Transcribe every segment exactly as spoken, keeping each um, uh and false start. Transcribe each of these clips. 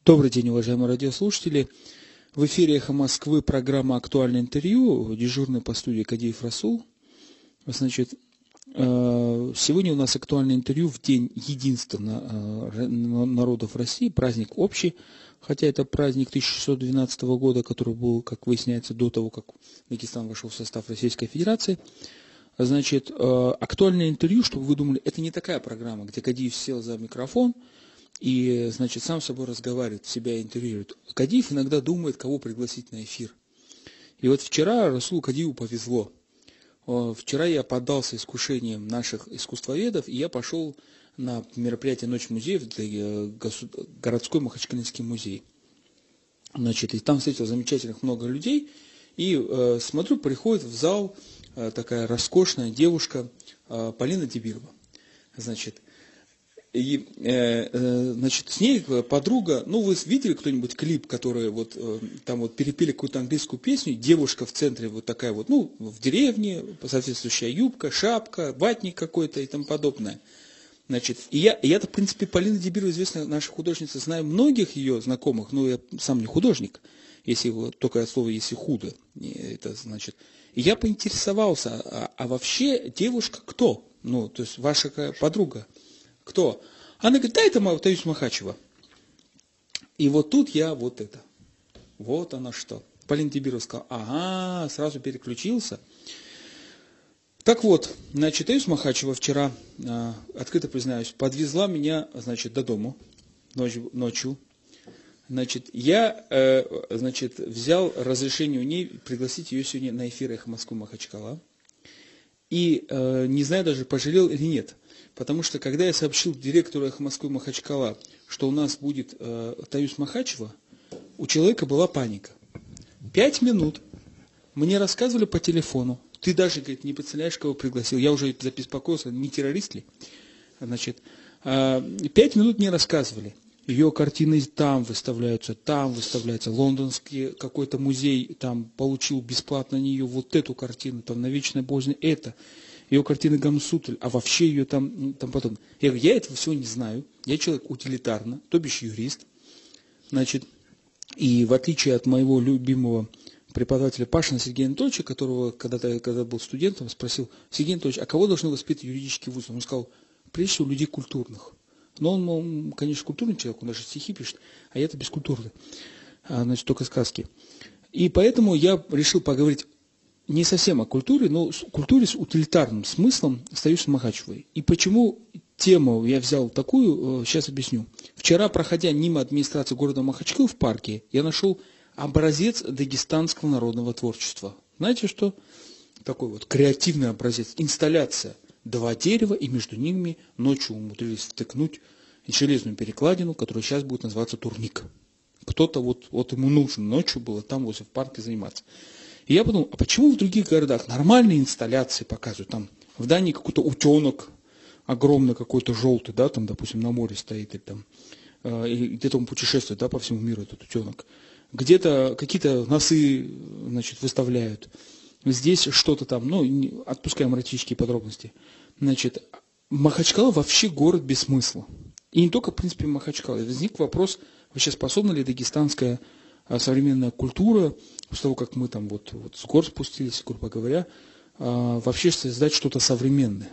Добрый день, уважаемые радиослушатели. В эфире «Эхо Москвы» программа «Актуальное интервью», дежурный по студии Кадиев Расул. Значит, сегодня у нас актуальное интервью в День единства народов России, праздник общий, хотя это праздник тысяча шестьсот двенадцатого года, который был, как выясняется, до того, как Дагестан вошел в состав Российской Федерации. Значит, актуальное интервью, чтобы вы думали, это не такая программа, где Кадиев сел за микрофон и, значит, сам с собой разговаривает, себя интервьюирует. Кадиев иногда думает, кого пригласить на эфир. И вот вчера Расулу Кадиеву повезло. Вчера я поддался искушениям наших искусствоведов, и я пошел на мероприятие «Ночь музеев», городской Махачкалинский музей. Значит, и там встретил замечательных много людей, и э, смотрю, приходит в зал э, такая роскошная девушка э, Полина Дибирова. Значит, И, э, э, значит, с ней подруга, ну вы видели кто-нибудь клип, который вот э, там вот перепели какую-то английскую песню, девушка в центре вот такая вот, ну в деревне, соответствующая юбка, шапка, ватник какой-то и тому подобное. Значит, и я, и я-то, в принципе, Полина Дибирова, известная наша художница, знаю многих ее знакомых, но я сам не художник, если только слово «если худо», это значит. И я поинтересовался, а, а вообще девушка кто? Ну, то есть ваша подруга. Кто? Она говорит, да, это Таюс Махачева. И вот тут я вот это. Вот она что. Полина Дибирова сказала, ага, сразу переключился. Так вот, значит, Таюс Махачева вчера, э, открыто признаюсь, подвезла меня, значит, до дому ночью. ночью. Значит, я, э, значит, взял разрешение у ней пригласить ее сегодня на эфир «Эхо Москвы» Махачкала. И э, не знаю даже, пожалел или нет. Потому что, когда я сообщил директору «Эхо Москвы» Махачкала, что у нас будет э, Таюс Махачева, у человека была паника. Пять минут мне рассказывали по телефону. Ты даже, говорит, не представляешь, кого пригласил. Я уже забеспокоился, не террорист ли? Значит, э, пять минут мне рассказывали. Ее картины там выставляются, там выставляются. Лондонский какой-то музей там получил бесплатно на нее вот эту картину, там на вечной боязни это. Ее картины Гамсутль, а вообще ее там, там потом. Я говорю, я этого всего не знаю. Я человек утилитарно, то бишь юрист. Значит, и в отличие от моего любимого преподавателя Пашина Сергея Анатольевича, которого когда-то, когда был студентом, спросил, Сергей Анатольевич, а кого должны воспитывать юридический вуз? Он сказал, прежде всего, людей культурных. Но он, он, конечно, культурный человек, он даже стихи пишет, а я-то бескультурный, а, значит, только сказки. И поэтому я решил поговорить не совсем о культуре, но о культуре с утилитарным смыслом с Таюсом Махачевой. И почему тему я взял такую, сейчас объясню. Вчера, проходя мимо администрации города Махачкалы в парке, я нашел образец дагестанского народного творчества. Знаете что? Такой вот креативный образец, инсталляция. Два дерева, и между ними ночью умудрились втыкнуть железную перекладину, которая сейчас будет называться турник. Кто-то вот, вот ему нужно ночью было там возле в парке заниматься. И я подумал, а почему в других городах нормальные инсталляции показывают? Там в Дании какой-то утенок огромный какой-то желтый, да, там, допустим, на море стоит, или там, э, и где-то он путешествует, да, по всему миру этот утенок. Где-то какие-то носы, значит, выставляют. Здесь что-то там, ну, отпускаем эротические подробности. Значит, Махачкала вообще город без смысла. И не только, в принципе, Махачкала. Возник вопрос, вообще способна ли дагестанская современная культура, после того, как мы там вот, вот с гор спустились, грубо говоря, вообще создать что-то современное.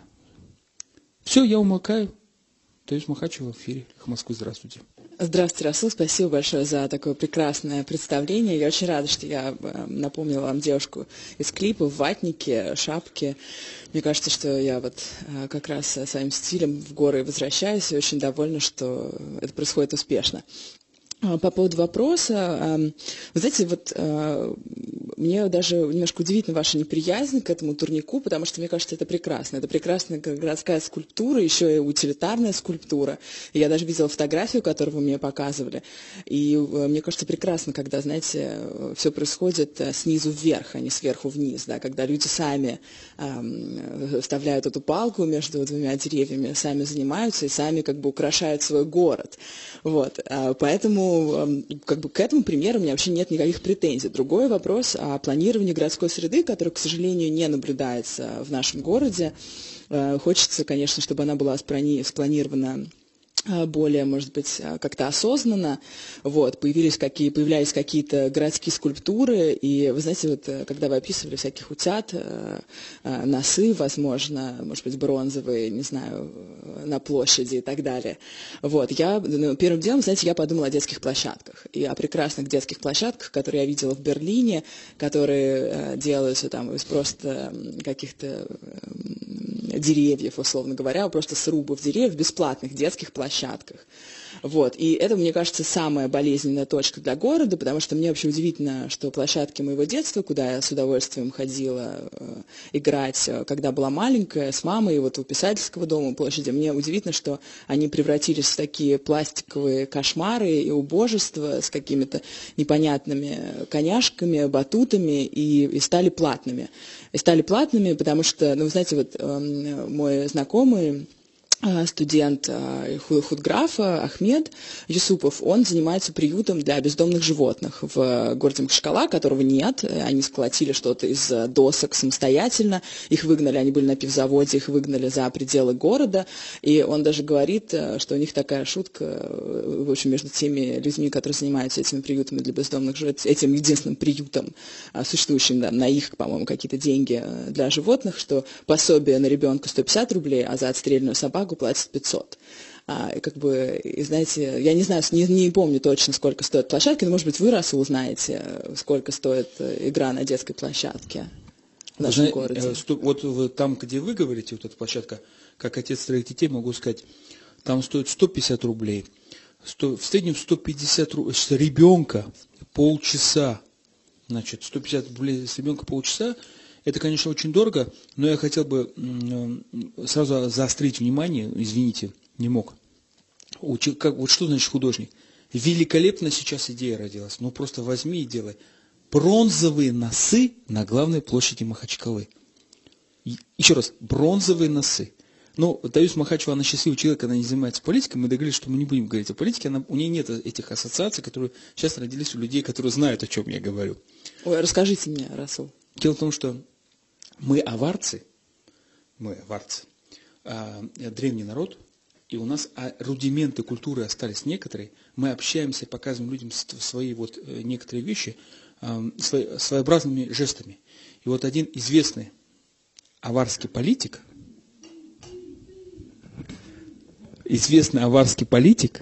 Все, я умолкаю. Таюс Махачева в эфире «Эхо Москвы». Здравствуйте. Здравствуйте, Расул. Спасибо большое за такое прекрасное представление. Я очень рада, что я напомнила вам девушку из клипа в ватнике, шапке. Мне кажется, что я вот как раз своим стилем в горы возвращаюсь и очень довольна, что это происходит успешно. По поводу вопроса, вы знаете, вот мне даже немножко удивительна ваша неприязнь к этому турнику, потому что мне кажется, это прекрасно. Это прекрасная городская скульптура, еще и утилитарная скульптура. И я даже видела фотографию, которую вы мне показывали. И мне кажется, прекрасно, когда, знаете, все происходит снизу вверх, а не сверху вниз, да, когда люди сами э, вставляют эту палку между двумя деревьями, сами занимаются и сами как бы украшают свой город. Вот. Поэтому как бы к этому примеру у меня вообще нет никаких претензий. Другой вопрос о планировании городской среды, который, к сожалению, не наблюдается в нашем городе. Хочется, конечно, чтобы она была спланирована более, может быть, как-то осознанно, вот, появились какие, появлялись какие-то городские скульптуры, и, вы знаете, вот, когда вы описывали всяких утят, носы, возможно, может быть, бронзовые, не знаю, на площади и так далее, вот, я, ну, первым делом, знаете, я подумала о детских площадках, и о прекрасных детских площадках, которые я видела в Берлине, которые делаются там из просто каких-то деревьев, условно говоря, просто срубов деревьев, бесплатных детских площадках. Вот. И это, мне кажется, самая болезненная точка для города, потому что мне вообще удивительно, что площадки моего детства, куда я с удовольствием ходила э, играть, когда была маленькая, с мамой, вот у Писательского дома площади, мне удивительно, что они превратились в такие пластиковые кошмары и убожества с какими-то непонятными коняшками, батутами и, и стали платными. И стали платными, потому что, ну, вы знаете, вот э, мой знакомый, студент худграфа Ахмед Юсупов, он занимается приютом для бездомных животных в городе Махачкала, которого нет. Они сколотили что-то из досок самостоятельно, их выгнали, они были на пивзаводе, их выгнали за пределы города, и он даже говорит, что у них такая шутка, в общем, между теми людьми, которые занимаются этими приютами для бездомных животных, этим единственным приютом, существующим, да, на их, по-моему, какие-то деньги для животных, что пособие на ребенка сто пятьдесят рублей, а за отстрельную собаку платят пятьсот. А, и как бы, и знаете, я не знаю, не, не помню точно, сколько стоит площадка, но, может быть, вы, Расул, узнаете, сколько стоит игра на детской площадке в нашем Знаете, городе. Вот там, где вы говорите, вот эта площадка, как отец троих детей, могу сказать, там стоит сто пятьдесят рублей. сто, в среднем сто пятьдесят рублей с ребенка полчаса. Значит, сто пятьдесят рублей с ребенка полчаса. Это, конечно, очень дорого, но я хотел бы сразу заострить внимание, извините, не мог. Как, вот что значит художник? Великолепно сейчас идея родилась. Ну просто возьми и делай. Бронзовые носы на главной площади Махачкалы. Еще раз, бронзовые носы. Ну, Даюс Махачева, она счастливый человек, она не занимается политикой, мы договорились, что мы не будем говорить о политике, она, у нее нет этих ассоциаций, которые сейчас родились у людей, которые знают, о чем я говорю. Ой, расскажите мне, Расул. Дело в том, что мы аварцы, мы аварцы, а, древний народ, и у нас рудименты культуры остались некоторые, мы общаемся, показываем людям свои вот некоторые вещи а, своеобразными жестами. И вот один известный аварский политик, известный аварский политик,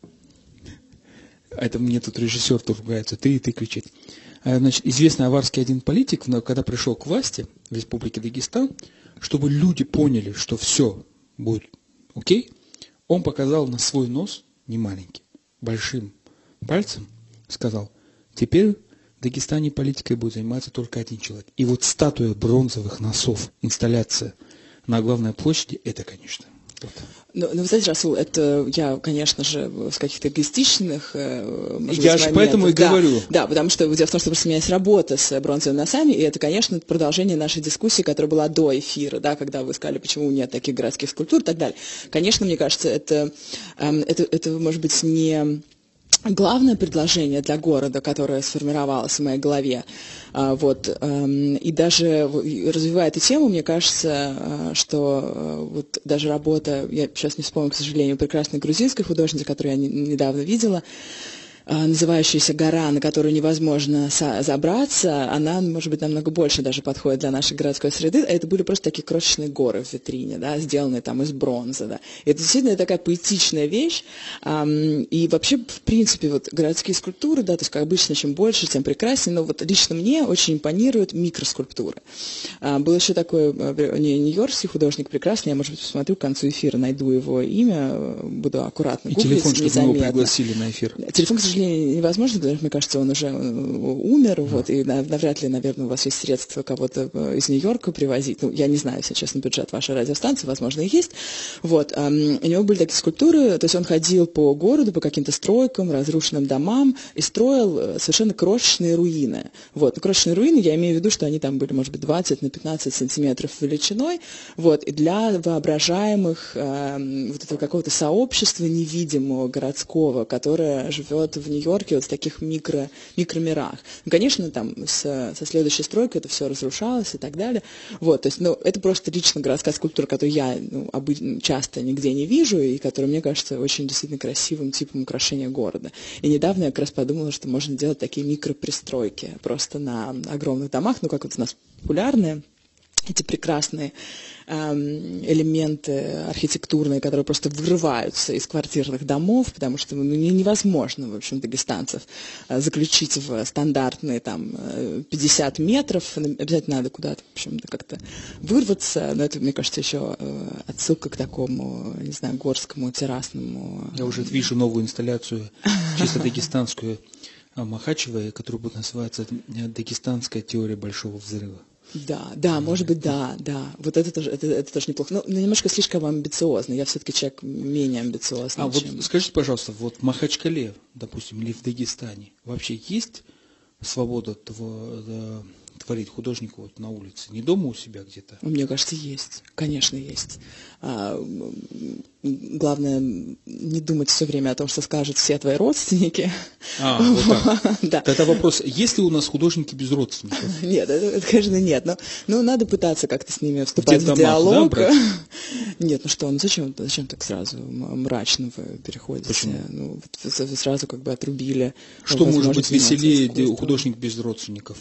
это мне тут режиссер тут ругается, ты и ты кричит. Значит, известный аварский один политик, когда пришел к власти в Республике Дагестан, чтобы люди поняли, что все будет окей, он показал на свой нос, не маленький, большим пальцем, сказал, теперь в Дагестане политикой будет заниматься только один человек. И вот статуя бронзовых носов, инсталляция на главной площади, это, конечно, вот. Ну, ну, вы знаете, Расул, это я, конечно же, с каких-то эгоистичных может Я быть, же моментов. поэтому и да, говорю. Да, потому что дело в том, что просто у меня есть работа с бронзовыми носами, и это, конечно, продолжение нашей дискуссии, которая была до эфира, да, когда вы сказали, почему нет таких городских скульптур и так далее. Конечно, мне кажется, это, это, это может быть, не главное предложение для города, которое сформировалось в моей голове. Вот. И даже развивая эту тему, мне кажется, что вот даже работа, я сейчас не вспомню, к сожалению, прекрасной грузинской художницы, которую я недавно видела, называющаяся «Гора», на которую невозможно забраться, она, может быть, намного больше даже подходит для нашей городской среды. Это были просто такие крошечные горы в витрине, да, сделанные там из бронзы. Да. И это действительно такая поэтичная вещь. И вообще, в принципе, вот городские скульптуры, да, то есть, как обычно, чем больше, тем прекраснее. Но вот лично мне очень импонируют микроскульптуры. Был еще такой нью-йоркский художник прекрасный, я, может быть, посмотрю к концу эфира, найду его имя, буду аккуратно гуглить. И телефон, чтобы незаметно. мы его пригласили на эфир. Телефон, к сожалению, невозможно, потому что, мне кажется, он уже умер, mm. вот, и навряд ли, наверное, у вас есть средства кого-то из Нью-Йорка привозить. Ну, я не знаю, если честно, бюджет вашей радиостанции, возможно, и есть. Вот, у него были такие скульптуры, то есть он ходил по городу, по каким-то стройкам, разрушенным домам и строил совершенно крошечные руины. Вот, крошечные руины, я имею в виду, что они там были, может быть, двадцать на пятнадцать сантиметров величиной, вот, и для воображаемых э, вот этого какого-то сообщества невидимого, городского, которое живет в Нью-Йорке, вот в таких микро, микромирах. Ну, конечно, там с, со следующей стройкой это все разрушалось и так далее. Вот, то есть, ну, это просто лично городская скульптура, которую я ну, обычно, часто нигде не вижу, и которая, мне кажется, очень действительно красивым типом украшения города. И недавно я как раз подумала, что можно делать такие микропристройки просто на огромных домах, ну, как вот у нас популярные, эти прекрасные эм, элементы архитектурные, которые просто вырываются из квартирных домов, потому что ну, невозможно, в общем, дагестанцев э, заключить в стандартные там пятьдесят метров. Обязательно надо куда-то, в общем-то, как-то вырваться. Но это, мне кажется, еще э, отсылка к такому, не знаю, горскому, террасному. Я уже вижу новую инсталляцию, чисто дагестанскую, Махачевой, которая будет называться «Дагестанская теория большого взрыва». Да, да, может быть, да, да. Вот это тоже, это, это тоже неплохо. Но, но немножко слишком амбициозно. Я все-таки человек менее амбициозный. А чем... вот скажите, пожалуйста, вот в Махачкале, допустим, или в Дагестане вообще есть свобода тво, творить художнику вот на улице? Не дома у себя где-то? Мне кажется, есть. Конечно, есть. А, главное, не думать все время о том, что скажут все твои родственники. А, вот так. Да. Тогда вопрос, есть ли у нас художники без родственников? Нет, это, это конечно, нет. Но, но надо пытаться как-то с ними вступать в, в диалог. Да, нет, ну что, ну зачем, зачем так сразу мрачно вы переходите? Почему? Ну, вы сразу как бы отрубили. Что может быть веселее художник без родственников?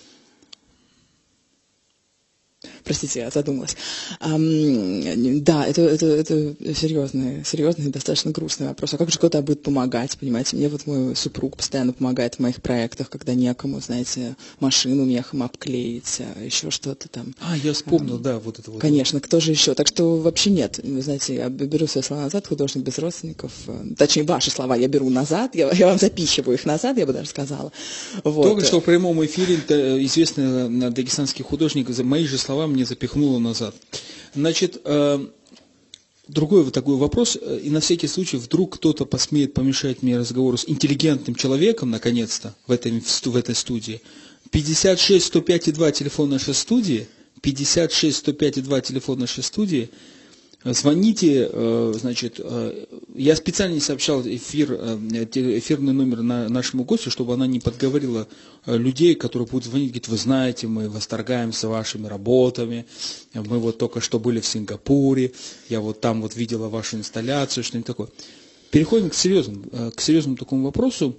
Простите, я задумалась. Um, да, это, это, это серьезный, серьезный и достаточно грустный вопрос. А как же кто-то будет помогать, понимаете? Мне вот мой супруг постоянно помогает в моих проектах, когда некому, знаете, машину мехом обклеить, еще что-то там. А, я вспомнил, um, да, вот это вот. Конечно, кто же еще? Так что вообще нет. Вы знаете, я беру свои слова назад, художник без родственников. Точнее, ваши слова я беру назад, я, я вам запихиваю их назад, я бы даже сказала. Вот. Только что в прямом эфире известный дагестанский художник за мои же слова мне запихнуло назад. Значит, э, другой вот такой вопрос, и на всякий случай вдруг кто-то посмеет помешать мне разговору с интеллигентным человеком, наконец-то, в этой, в этой студии. пятьдесят шесть сто пять и два телефон нашей студии, пятьдесят шесть сто пять и два телефон нашей студии. Звоните, значит, я специально не сообщал эфир, эфирный номер нашему гостю, чтобы она не подговорила людей, которые будут звонить, говорить, вы знаете, мы восторгаемся вашими работами, мы вот только что были в Сингапуре, я вот там вот видела вашу инсталляцию, что-нибудь такое. Переходим к серьезному, к серьезному такому вопросу.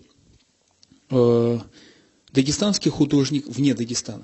Дагестанский художник вне Дагестана.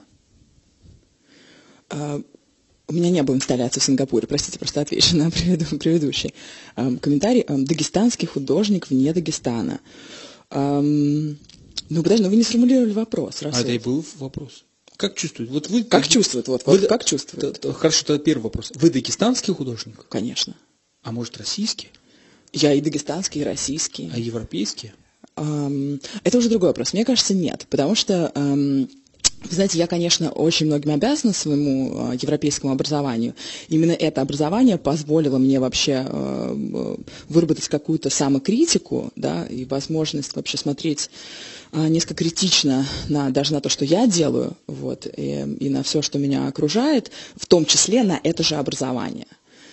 У меня не было инсталляции в Сингапуре, простите, просто отвечу на предыдущий эм, комментарий. Эм, дагестанский художник вне Дагестана. Эм, ну, подожди, но вы не сформулировали вопрос. А это и был вопрос. Как чувствует? Вот вы, как чувствует? Вот, вы, вот как чувствует? То, то, хорошо, это первый вопрос. Вы дагестанский художник? Конечно. А может, российский? Я и дагестанский, и российский. А европейский? Эм, это уже другой вопрос. Мне кажется, нет. Потому что... Эм, Вы знаете, я, конечно, очень многим обязана своему э, европейскому образованию. Именно это образование позволило мне вообще э, выработать какую-то самокритику, да, и возможность вообще смотреть э, несколько критично на, даже на то, что я делаю, вот, и, и на все, что меня окружает, в том числе на это же образование.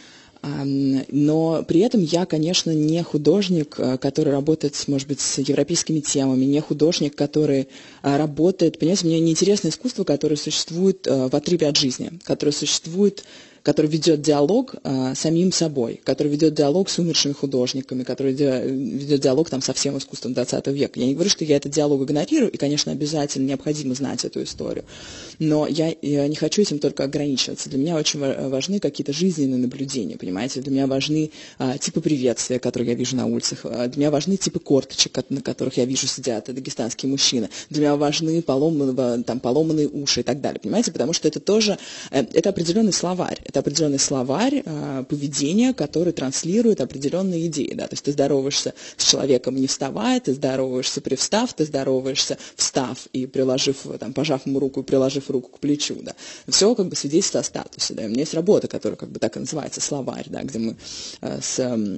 Но при этом я, конечно, не художник, который работает, может быть, с европейскими темами, не художник, который работает... Понимаете, мне неинтересно искусство, которое существует в отрыве от жизни, которое существует... который ведет диалог а, самим собой, который ведет диалог с умершими художниками, который ди- ведет диалог там, со всем искусством двадцатого века. Я не говорю, что я этот диалог игнорирую, и, конечно, обязательно необходимо знать эту историю, но я, я не хочу этим только ограничиваться. Для меня очень важны какие-то жизненные наблюдения, понимаете? Для меня важны а, типы приветствия, которые я вижу на улицах, а, для меня важны типы корточек, на которых я вижу сидят дагестанские мужчины, для меня важны поломанные, там, поломанные уши и так далее, понимаете? Потому что это тоже, это определенный словарь. Это определенный словарь э, поведения, который транслирует определенные идеи. Да? То есть ты здороваешься с человеком, не вставая, ты здороваешься привстав, ты здороваешься встав и приложив, там, пожав ему руку и приложив руку к плечу. Да? Все как бы свидетельство о статусе. Да? У меня есть работа, которая как бы так и называется словарь, да? Где мы э, с... Э,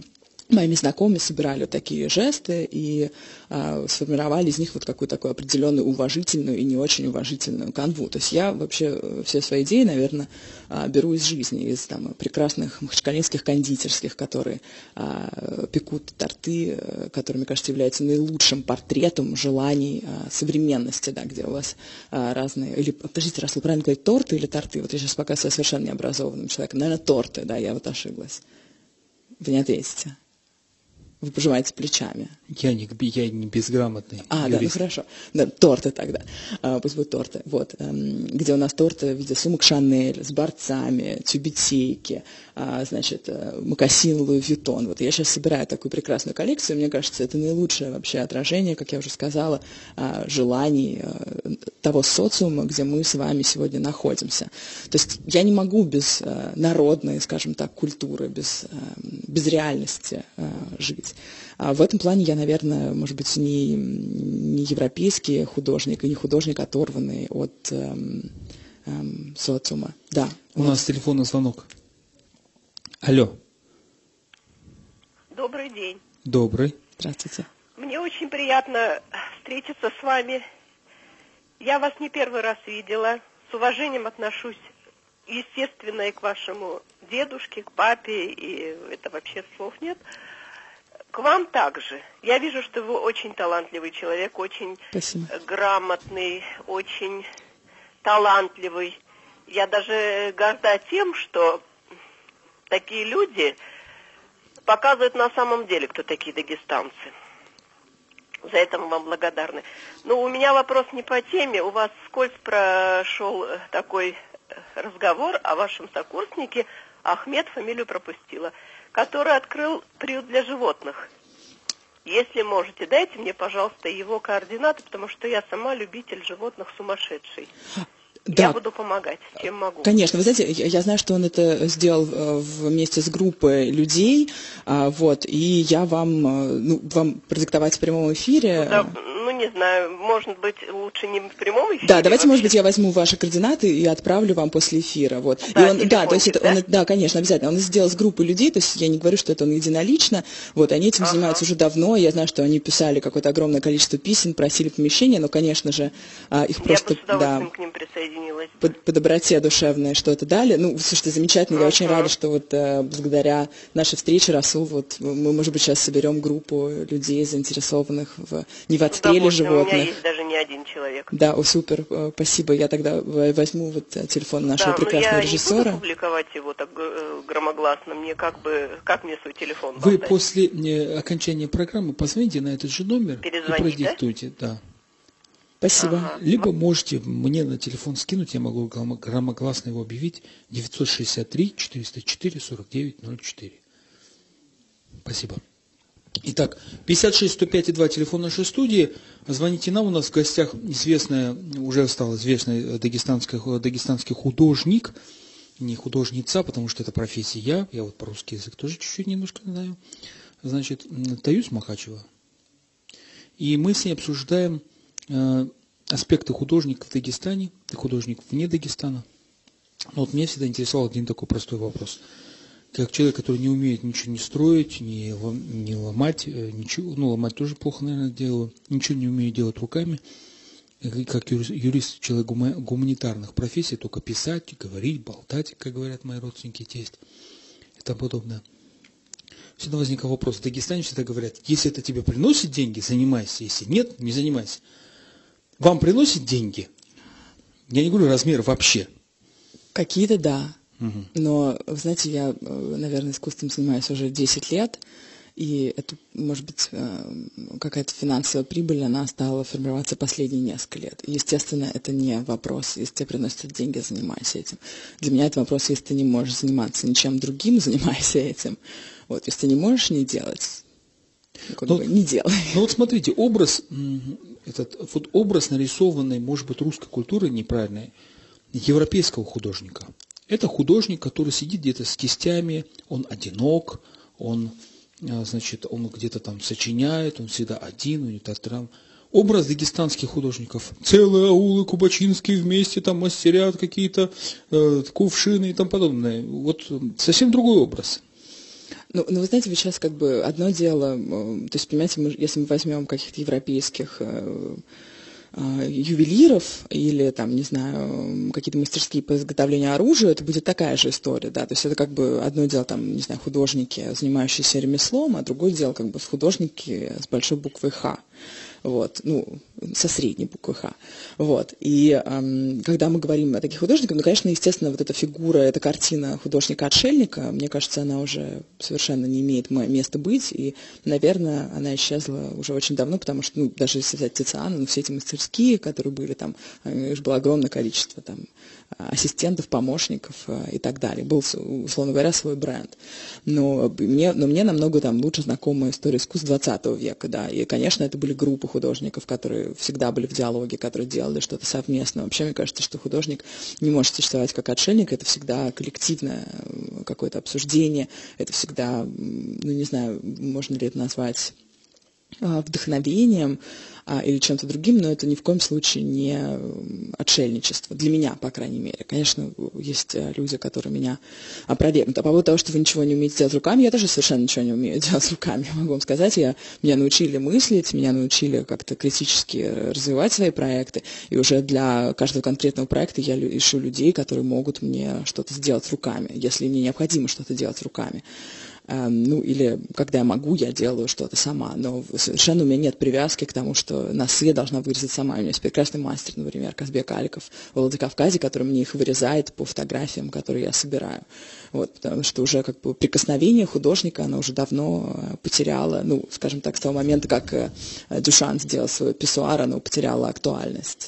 моими знакомыми собирали вот такие жесты и а, сформировали из них вот какую-то такую определенную уважительную и не очень уважительную канву. То есть я вообще все свои идеи, наверное, а, беру из жизни, из там, прекрасных махачкалинских кондитерских, которые а, пекут торты, которые, мне кажется, являются наилучшим портретом желаний а, современности, да, где у вас а, разные... Или, подождите, Расул, правильно говорить, торты или торты? Вот я сейчас пока себя совершенно необразованным человеком. Наверное, торты, да, я вот ошиблась. Вы не ответите. Вы пожимаете плечами. Я не, я не безграмотный А, юрист. да, ну хорошо. Да, торты тогда. А, пусть будут торты. Вот. Эм, где у нас торты в виде сумок Шанель с борцами, тюбетейки, а, значит, мокасин Луи Вьютон. Вот я сейчас собираю такую прекрасную коллекцию. Мне кажется, это наилучшее вообще отражение, как я уже сказала, а, желаний а, того социума, где мы с вами сегодня находимся. То есть я не могу без а, народной, скажем так, культуры, без, а, без реальности а, жить. А в этом плане я, наверное, может быть, не, не европейский художник и не художник, оторванный от эм, эм, социума. Да. У вот. нас телефонный звонок. Алло. Добрый день. Добрый. Здравствуйте. Мне очень приятно встретиться с вами. Я вас не первый раз видела. С уважением отношусь, естественно, и к вашему дедушке, к папе, и это вообще слов нет. К вам также. Я вижу, что вы очень талантливый человек, очень Спасибо. грамотный, очень талантливый. Я даже горда тем, что такие люди показывают на самом деле, кто такие дагестанцы. За это мы вам благодарны. Но у меня вопрос не по теме. У вас вскользь прошел такой разговор о вашем сокурснике, Ахмед, фамилию пропустила, который открыл приют для животных. Если можете, дайте мне, пожалуйста, его координаты, потому что я сама любитель животных сумасшедший. Да. Я буду помогать, чем могу. Конечно, вы знаете, я, я знаю, что он это сделал э, вместе с группой людей, а, вот, и я вам, э, ну, вам продиктовать в прямом эфире. Ну, да, ну, не знаю, может быть, лучше не в прямом эфире. Да, давайте, вообще. может быть, я возьму ваши координаты и отправлю вам после эфира. Вот. Да, и он, да, то есть это, да? Он, да, конечно, обязательно. Он сделал с группой людей, то есть я не говорю, что это он единолично. Вот, они этим ага. занимаются уже давно. Я знаю, что они писали какое-то огромное количество писем, просили помещения, но, конечно же, их я просто... бы с удовольствием да, к ним присоединилась. По, по доброте душевной что-то дали. Ну, слушайте, замечательно. Я uh-huh. очень рада, что вот э, благодаря нашей встрече, Расул, вот мы, может быть, сейчас соберем группу людей, заинтересованных в, не в отстреле животных. У меня есть даже не один человек. Да, о, супер, спасибо. Я тогда возьму вот телефон нашего да, прекрасного я режиссера. Я не буду публиковать его так громогласно. Мне как бы, как мне свой телефон Вы дать? после э, окончания программы позвоните на этот же номер Перезвонить, и продиктуйте. Да? Да. Спасибо. Ага. Либо можете мне на телефон скинуть, я могу громогласно его объявить, девятьсот шестьдесят три четыреста четыре сорок девять ноль четыре. Спасибо. Итак, пятьдесят шесть сто пять и два телефон нашей студии. Звоните нам, у нас в гостях известная, уже стал известный дагестанский, дагестанский художник, не художница, потому что это профессия я, я вот по-русски язык тоже чуть-чуть немножко знаю, значит, Таюс Махачева. И мы с ней обсуждаем э, аспекты художника в Дагестане, ты художник вне Дагестана. Но вот меня всегда интересовал один такой простой вопрос. Как человек, который не умеет ничего не строить, не, не ломать, ничего, ну ломать тоже плохо, наверное, делаю, ничего не умею делать руками, как юрист, человек гуманитарных профессий, только писать, говорить, болтать, как говорят мои родственники, тесть и тому подобное. Всегда возникал вопрос, в Дагестане всегда говорят, если это тебе приносит деньги, занимайся, если нет, не занимайся. Вам приносит деньги? Я не говорю размер вообще. Какие-то да. Угу. Но, вы знаете, я, наверное, искусством занимаюсь уже десять лет, и это, может быть, какая-то финансовая прибыль, она стала формироваться последние несколько лет. И, естественно, это не вопрос, если тебе приносят деньги, занимайся этим. Для меня это вопрос, если ты не можешь заниматься ничем другим, занимайся этим. Вот, если ты не можешь не делать, ну, бы, не делай. Ну вот смотрите, образ, этот вот образ нарисованный, может быть, русской культурой неправильной, европейского художника. Это художник, который сидит где-то с кистями, он одинок, он, значит, он где-то там сочиняет, он всегда один, у него там. Образ дагестанских художников. Целые аулы кубачинские вместе там мастерят какие-то э, кувшины и тому подобное. Вот совсем другой образ. Ну, ну, вы знаете, ведь сейчас как бы одно дело, то есть, понимаете, мы, если мы возьмем каких-то европейских э, э, ювелиров или, там, не знаю, какие-то мастерские по изготовлению оружия, это будет такая же история, да, то есть это как бы одно дело, там, не знаю, художники, занимающиеся ремеслом, а другое дело как бы художники с большой буквы «Х». Вот, ну, со средней буквы «Х». Вот, и эм, когда мы говорим о таких художниках, ну, конечно, естественно, вот эта фигура, эта картина художника-отшельника, мне кажется, она уже совершенно не имеет места быть, и, наверное, она исчезла уже очень давно, потому что, ну, даже если взять Тициана, ну, все эти мастерские, которые были там, их было огромное количество там ассистентов, помощников и так далее. Был, условно говоря, свой бренд. Но мне, но мне намного там лучше знакома история искусств двадцатого века, да, и, конечно, это были группы художников, которые всегда были в диалоге, которые делали что-то совместно. Вообще, мне кажется, что художник не может существовать как отшельник, это всегда коллективное какое-то обсуждение, это всегда, ну, не знаю, можно ли это назвать вдохновением а, или чем-то другим, но это ни в коем случае не отшельничество. Для меня, по крайней мере. Конечно, есть люди, которые меня опровергнут. А по поводу того, что вы ничего не умеете делать руками, я тоже совершенно ничего не умею делать руками. Я могу вам сказать, я, меня научили мыслить, меня научили как-то критически развивать свои проекты. И уже для каждого конкретного проекта я ищу людей, которые могут мне что-то сделать руками, если мне необходимо что-то делать руками. Ну, или когда я могу, я делаю что-то сама. Но совершенно у меня нет привязки к тому, что носы я должна вырезать сама. У меня есть прекрасный мастер, например, Казбек Аликов в Владикавказе, который мне их вырезает по фотографиям, которые я собираю. Вот, потому что уже как бы прикосновение художника, оно уже давно потеряло, ну, скажем так, с того момента, как Дюшан сделал свой писсуар, оно потеряло актуальность.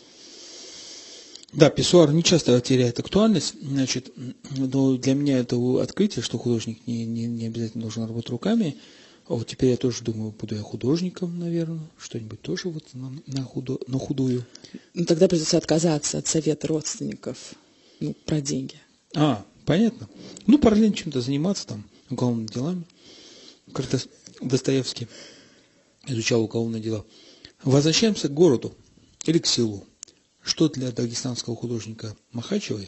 Да, писсуар не часто теряет актуальность, значит, но для меня это открытие, что художник не, не, не обязательно должен работать руками. А вот теперь я тоже думаю, буду я художником, наверное, что-нибудь тоже вот на, на, худо, на худую. Ну, тогда придется отказаться от совета родственников, ну, про деньги. А, понятно. Ну, параллельно чем-то заниматься там, уголовными делами. Как-то Достоевский изучал уголовные дела. Возвращаемся к городу или к селу. Что для дагестанского художника Махачевой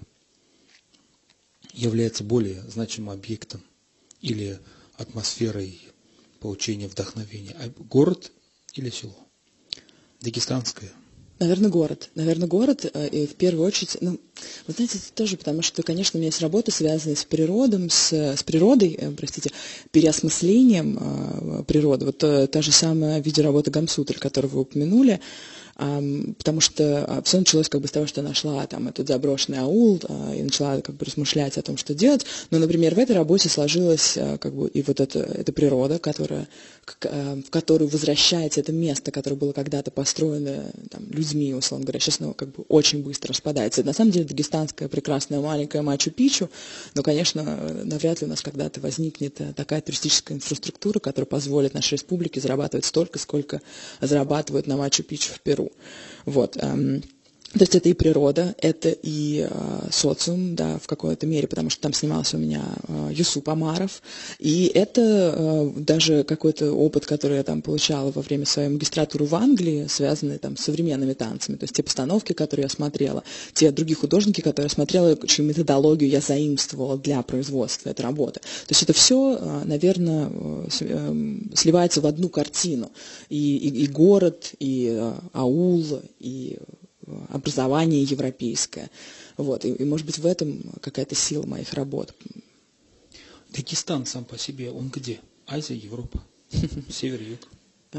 является более значимым объектом или атмосферой получения вдохновения? Город или село? Дагестанское. Наверное, город. Наверное, город, и в первую очередь, ну, вы знаете, это тоже потому, что, конечно, у меня есть работа, связанная с природой, с, с природой, простите, переосмыслением э, природы. Вот та, та же самая видеоработа Гамсутр, которую вы упомянули, Um, потому что все началось как бы с того, что я нашла там этот заброшенный аул uh, и начала как бы размышлять о том, что делать. Но, например, в этой работе сложилась uh, как бы и вот эта, эта природа, которая, к, uh, в которую возвращается это место, которое было когда-то построено там, людьми, условно говоря, сейчас оно как бы очень быстро распадается. Это, на самом деле дагестанская прекрасная маленькая Мачу-Пичу, но, конечно, навряд ли у нас когда-то возникнет такая туристическая инфраструктура, которая позволит нашей республике зарабатывать столько, сколько зарабатывают на Мачу-Пичу в Перу. Вот. То есть это и природа, это и э, социум, да, в какой-то мере, потому что там снимался у меня э, Юсуп Амаров, и это э, даже какой-то опыт, который я там получала во время своей магистратуры в Англии, связанный там с современными танцами, то есть те постановки, которые я смотрела, те другие художники, которые я смотрела, чью методологию я заимствовала для производства этой работы. То есть это все, э, наверное, э, сливается в одну картину, и, и, и город, и э, аул, и образование европейское. Вот. И, и, может быть, в этом какая-то сила моих работ. Дагестан сам по себе, он где? Азия, Европа? Север, юг?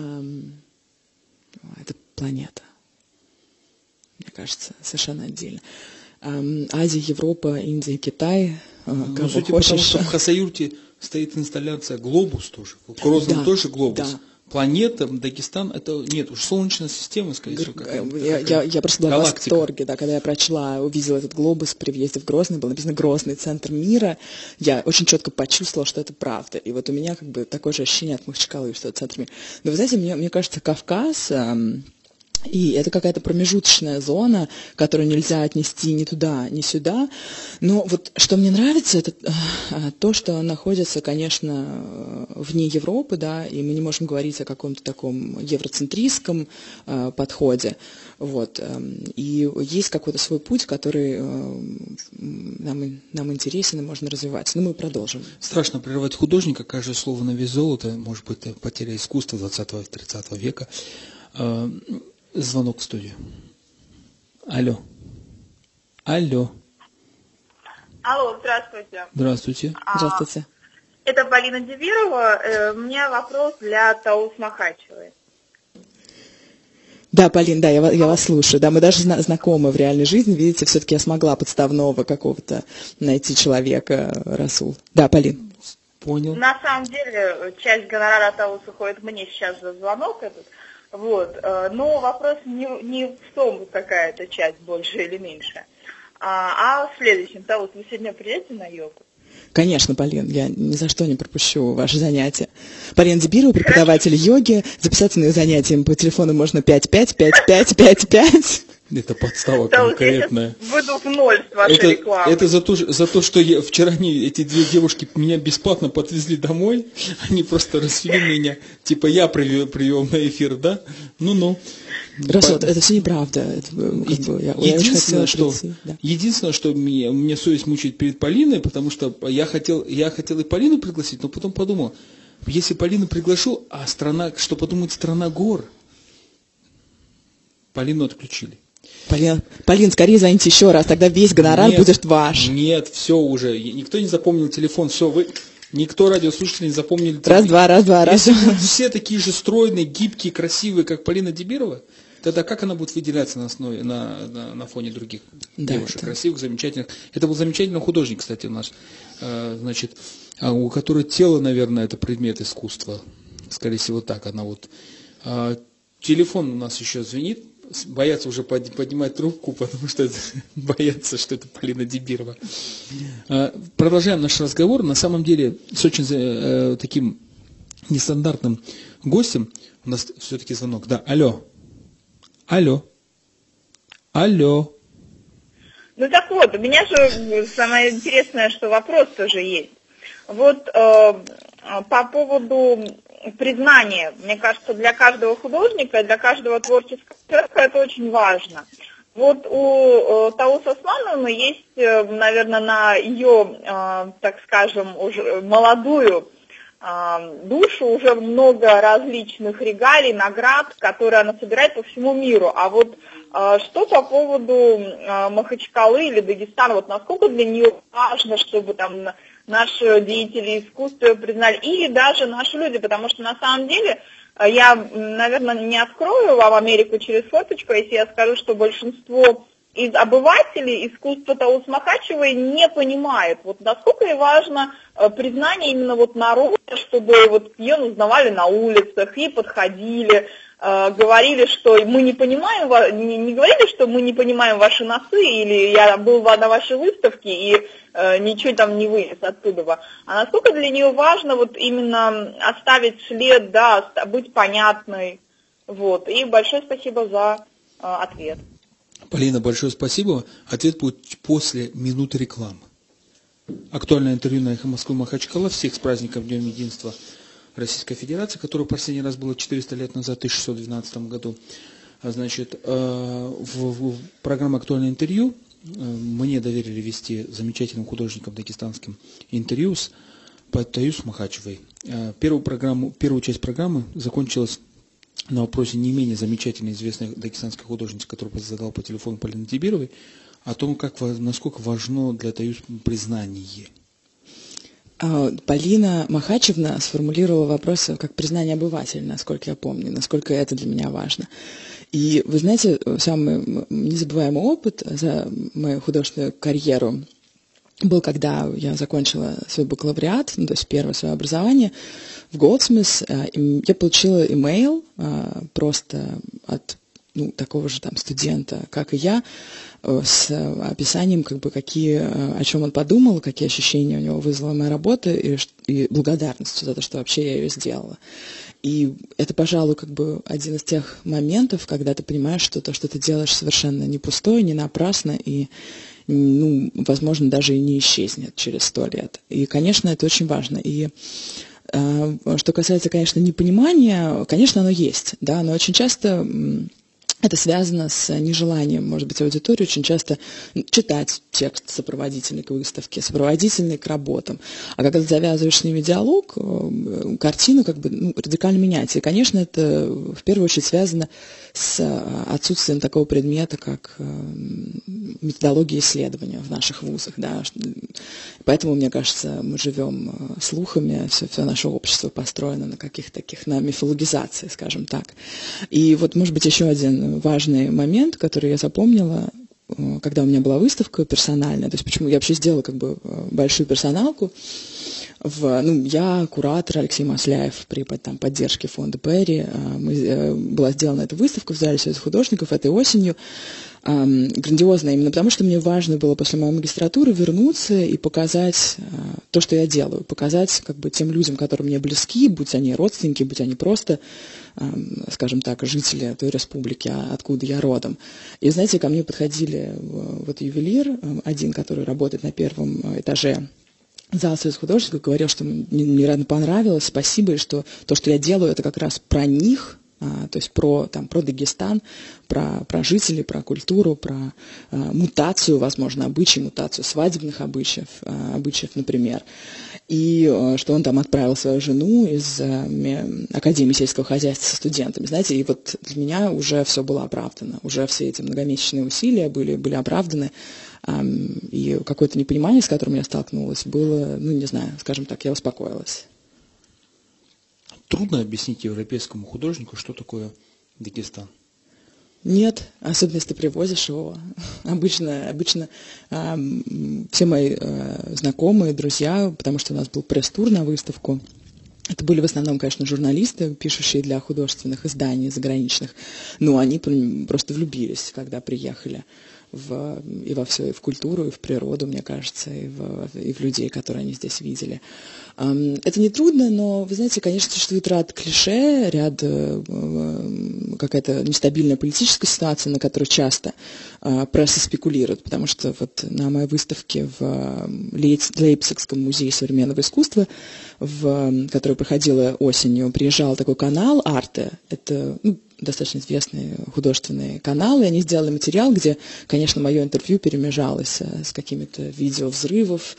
Это планета. Мне кажется, совершенно отдельно. Азия, Европа, Индия, Китай. Ну, судя по тому, что в Хасаюрте стоит инсталляция «Глобус» тоже. В Грозном да, тоже «Глобус». Да. Планета, Дагестан, это нет, уж Солнечная система, скорее всего. Я, я, я просто была галактика. В восторге, да, когда я прочла, увидела этот глобус при въезде в Грозный, было написано «Грозный центр мира», я очень четко почувствовала, что это правда. И вот у меня как бы такое же ощущение от Махачкалы, что это центр мира. Но вы знаете, мне, мне кажется, Кавказ... Эм, И это какая-то промежуточная зона, которую нельзя отнести ни туда, ни сюда. Но вот что мне нравится, это то, что находится, конечно, вне Европы, да, и мы не можем говорить о каком-то таком евроцентристском э, подходе. Вот. И есть какой-то свой путь, который э, нам, нам интересен и можно развивать. Но мы продолжим. Страшно прерывать художника, каждое слово на вес золота, может быть, потеря искусства двадцатого-тридцатого века. Э, Звонок в студию. Алло. Алло. Алло, здравствуйте. Здравствуйте. Здравствуйте. А, это Полина Дибирова. У меня вопрос для Таус Махачевой. Да, Полин, да, я, я вас слушаю. Да, мы даже зна- знакомы в реальной жизни. Видите, все-таки я смогла подставного какого-то найти человека, Расул. Да, Полин. Понял. На самом деле, часть гонорара Таус уходит мне сейчас за звонок этот. Вот. Но вопрос не, не в том, какая это часть, больше или меньше, а, а в следующем. Таус, вы сегодня придете на йогу? Конечно, Полин, я ни за что не пропущу ваши занятия. Полина Дибирова, преподаватель йоги. Записаться на ее занятия по телефону можно пять пять пять пять пять пять. Это подстава Таус, конкретная. Я выйду в ноль с вашей это, рекламой. Это за то, за то, что я, вчера они, эти две девушки меня бесплатно подвезли домой. Они просто развели меня. Типа я привел, привел на эфир, да? Ну-ну. Расул, По... это все неправда. Это, как бы, я, единственное, я что, прийти, да. единственное, что мне, мне совесть мучает перед Полиной, потому что я хотел, я хотел и Полину пригласить, но потом подумал, если Полину приглашу, а страна, что подумает страна гор? Полину отключили. Полин, Полин, скорее звоните еще раз, тогда весь гонорар нет, будет ваш. Нет, все уже, никто не запомнил телефон, все, вы, никто радиослушатели не запомнили телефон. Раз, два, раз, два, раз. Если будут все такие же стройные, гибкие, красивые, как Полина Дибирова, тогда как она будет выделяться на основе, на, на, на фоне других да, девушек, это... красивых, замечательных. Это был замечательный художник, кстати, у нас, значит, у которой тело, наверное, это предмет искусства, скорее всего так, она вот. Телефон у нас еще звенит. Боятся уже поднимать трубку, потому что боятся, что это Полина Дибирова. Продолжаем наш разговор. На самом деле, с очень э, таким нестандартным гостем. У нас все-таки звонок. Да, алло. Алло. Алло. Ну так вот, у меня же самое интересное, что вопрос тоже есть. Вот э, по поводу признание, мне кажется, для каждого художника, для каждого творческого человека это очень важно. Вот у Таус Османовны есть, наверное, на ее, так скажем, уже молодую душу уже много различных регалий, наград, которые она собирает по всему миру. А вот что по поводу Махачкалы или Дагестана, вот насколько для нее важно, чтобы там наши деятели искусства признали, или даже наши люди, потому что на самом деле я, наверное, не открою вам Америку через форточку, если я скажу, что большинство из обывателей искусства Таус Махачевой не понимает, вот насколько ей важно признание именно вот народа, чтобы вот ее узнавали на улицах и подходили, говорили, что мы не понимаем, не, не говорили, что мы не понимаем ваши носы, или я был на вашей выставке и э, ничего там не вынес оттуда. А насколько для нее важно вот именно оставить след, да, быть понятной. Вот. И большое спасибо за э, ответ. Полина, большое спасибо. Ответ будет после минуты рекламы. Актуальное интервью на Эхо Москвы Махачкала. Всех с праздником Днем Единства Российской Федерации, которое в последний раз было четыреста лет назад, в тысяча шестьсот двенадцатом году. Значит, в, в программе «Актуальное интервью» мне доверили вести замечательным художникам дагестанским интервью с Таус Махачевой. Первую, программу, первую часть программы закончилась на вопросе не менее замечательной известной дагестанской художницы, которую задал по телефону Полины Дибировой, о том, как, насколько важно для Таус признание. Полина Махачевна сформулировала вопрос как признание обывателя, насколько я помню, насколько это для меня важно. И вы знаете, самый незабываемый опыт за мою художественную карьеру был, когда я закончила свой бакалавриат, ну, то есть первое свое образование в Goldsmiths. Я получила имейл просто от ну, такого же там студента, как и я, с описанием, как бы, какие, о чем он подумал, какие ощущения у него вызвала моя работа, и, и благодарностью за то, что вообще я ее сделала. И это, пожалуй, как бы один из тех моментов, когда ты понимаешь, что то, что ты делаешь, совершенно не пустое, не напрасно, и, ну, возможно, даже и не исчезнет через сто лет. И, конечно, это очень важно. И э, что касается, конечно, непонимания, конечно, оно есть, да, но очень часто это связано с нежеланием, может быть, аудитории очень часто читать текст сопроводительный к выставке, сопроводительный к работам. А когда ты завязываешь с ними диалог, картина как бы, ну, радикально меняется. И, конечно, это в первую очередь связано с отсутствием такого предмета, как методология исследования в наших вузах. Да. Поэтому, мне кажется, мы живем слухами, все, все наше общество построено на каких-то таких, на мифологизации, скажем так. И вот, может быть, еще один важный момент, который я запомнила, когда у меня была выставка персональная, то есть почему я вообще сделала как бы большую персоналку. В, ну, я куратор Алексей Масляев при там, поддержке фонда Перри. Мы, была сделана эта выставка в Зале Союза художников этой осенью. Грандиозно именно потому, что мне важно было после моей магистратуры вернуться и показать то, что я делаю, показать как бы тем людям, которые мне близки, будь они родственники, будь они просто, скажем так, жители той республики, откуда я родом. И, знаете, ко мне подходили вот ювелир, один, который работает на первом этаже Зала Союза художников, говорил, что мне невероятно понравилось, спасибо, и что то, что я делаю, это как раз про них, А, то есть про, там, про Дагестан, про, про жителей, про культуру, про а, мутацию, возможно, обычаи, мутацию свадебных обычаев, а, обычаев, например. И а, что он там отправил свою жену из а, Академии сельского хозяйства со студентами. Знаете, и вот для меня уже все было оправдано, уже все эти многомесячные усилия были, были оправданы. А, и какое-то непонимание, с которым я столкнулась, было, ну, не знаю, скажем так, я успокоилась. Трудно объяснить европейскому художнику, что такое Дагестан? Нет, особенно если ты привозишь его. Обычно, обычно э, все мои э, знакомые, друзья, потому что у нас был пресс-тур на выставку, это были в основном, конечно, журналисты, пишущие для художественных изданий заграничных, но они просто влюбились, когда приехали в, и во все, и в культуру, и в природу, мне кажется, и в, и в людей, которые они здесь видели. Это не трудно, но, вы знаете, конечно, существует ряд клише, ряд какая-то нестабильная политическая ситуация, на которую часто пресса спекулирует, потому что вот на моей выставке в Лейпцигском музее современного искусства, в, которая проходила осенью, приезжал такой канал «Арте», это, ну, достаточно известный художественный канал, и они сделали материал, где, конечно, мое интервью перемежалось с какими-то видео взрывов,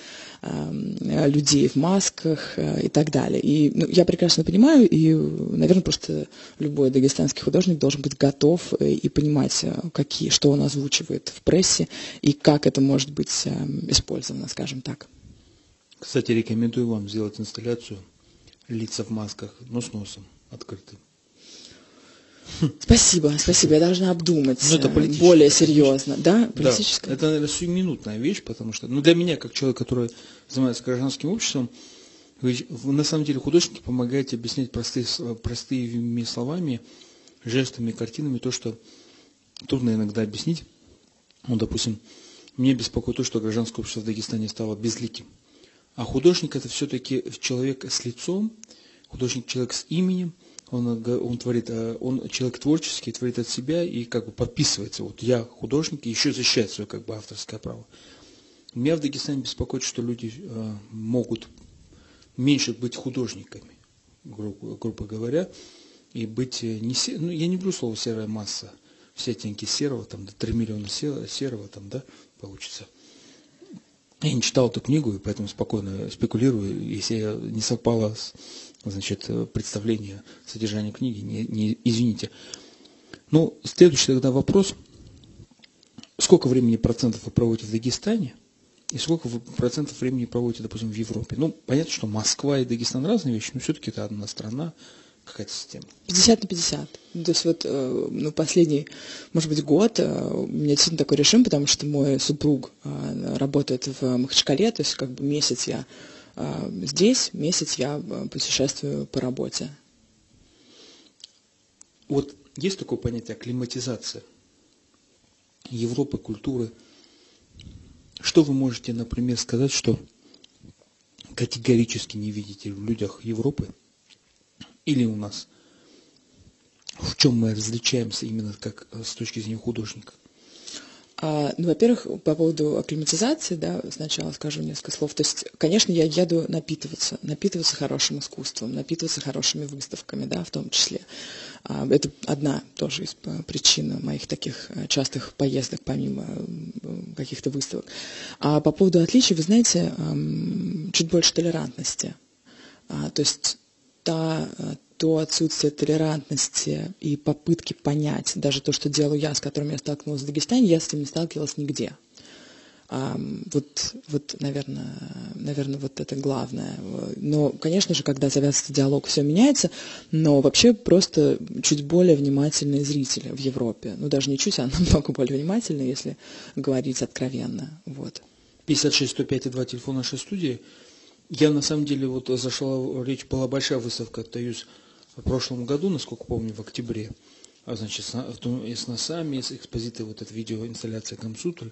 людей в масках и так далее. И, ну, я прекрасно понимаю, и, наверное, просто любой дагестанский художник должен быть готов и понимать, какие, что он озвучивает в прессе и как это может быть использовано, скажем так. Кстати, рекомендую вам сделать инсталляцию «Лица в масках, но с носом открытым». Спасибо, спасибо. Я должна обдумать ну, это более серьезно. Да, политическая? Да, это, наверное, сиюминутная вещь, потому что, ну, для меня, как человек, который занимается гражданским обществом, вы, на самом деле художники помогаете объяснять простые, простыми словами, жестами, картинами то, что трудно иногда объяснить. Ну, допустим, меня беспокоит то, что гражданское общество в Дагестане стало безликим. А художник – это все-таки человек с лицом, художник – человек с именем. Он, он творит, он человек творческий, творит от себя и как бы подписывается. Вот я художник и еще защищает свое как бы авторское право. Меня в Дагестане беспокоит, что люди э, могут меньше быть художниками, грубо, грубо говоря, и быть не се... ну я не люблю слово серая масса, все оттенки серого, там до три миллиона серого, там, да, получится. Я не читал эту книгу, и поэтому спокойно спекулирую, если я не совпало с, значит, представление содержания книги, не, не извините. Ну, следующий тогда вопрос. Сколько времени процентов вы проводите в Дагестане, и сколько вы процентов времени проводите, допустим, в Европе? Ну, понятно, что Москва и Дагестан разные вещи, но все-таки это одна страна, какая-то система. пятьдесят на пятьдесят. То есть вот, ну, последний, может быть, год у меня действительно такой режим, потому что мой супруг работает в Махачкале, то есть как бы месяц я здесь, месяц я путешествую по работе. Вот есть такое понятие акклиматизация Европы, культуры. Что вы можете, например, сказать, что категорически не видите в людях Европы или у нас? В чем мы различаемся именно как с точки зрения художника? А, ну, во-первых, по поводу акклиматизации, да, сначала скажу несколько слов. То есть, конечно, я еду напитываться, напитываться хорошим искусством, напитываться хорошими выставками, да, в том числе. А, это одна тоже из причин моих таких частых поездок, помимо каких-то выставок. А по поводу отличий, вы знаете, чуть больше толерантности. А, то есть, та... то отсутствие толерантности и попытки понять даже то, что делаю я, с которым я столкнулась в Дагестане, я с этим не сталкивалась нигде. А, вот, вот наверное, наверное, вот это главное. Но, конечно же, когда завязывается диалог, все меняется, но вообще просто чуть более внимательные зрители в Европе. Ну, даже не чуть, а намного более внимательные, если говорить откровенно. Вот. пятьдесят шесть сто пять и два телефон нашей студии. Я, на самом деле, вот зашла, речь была большая выставка «Таюз» в прошлом году, насколько помню, в октябре, а, значит, с, с носами, с экспозицией, вот эта видеоинсталляция «Гамсутль».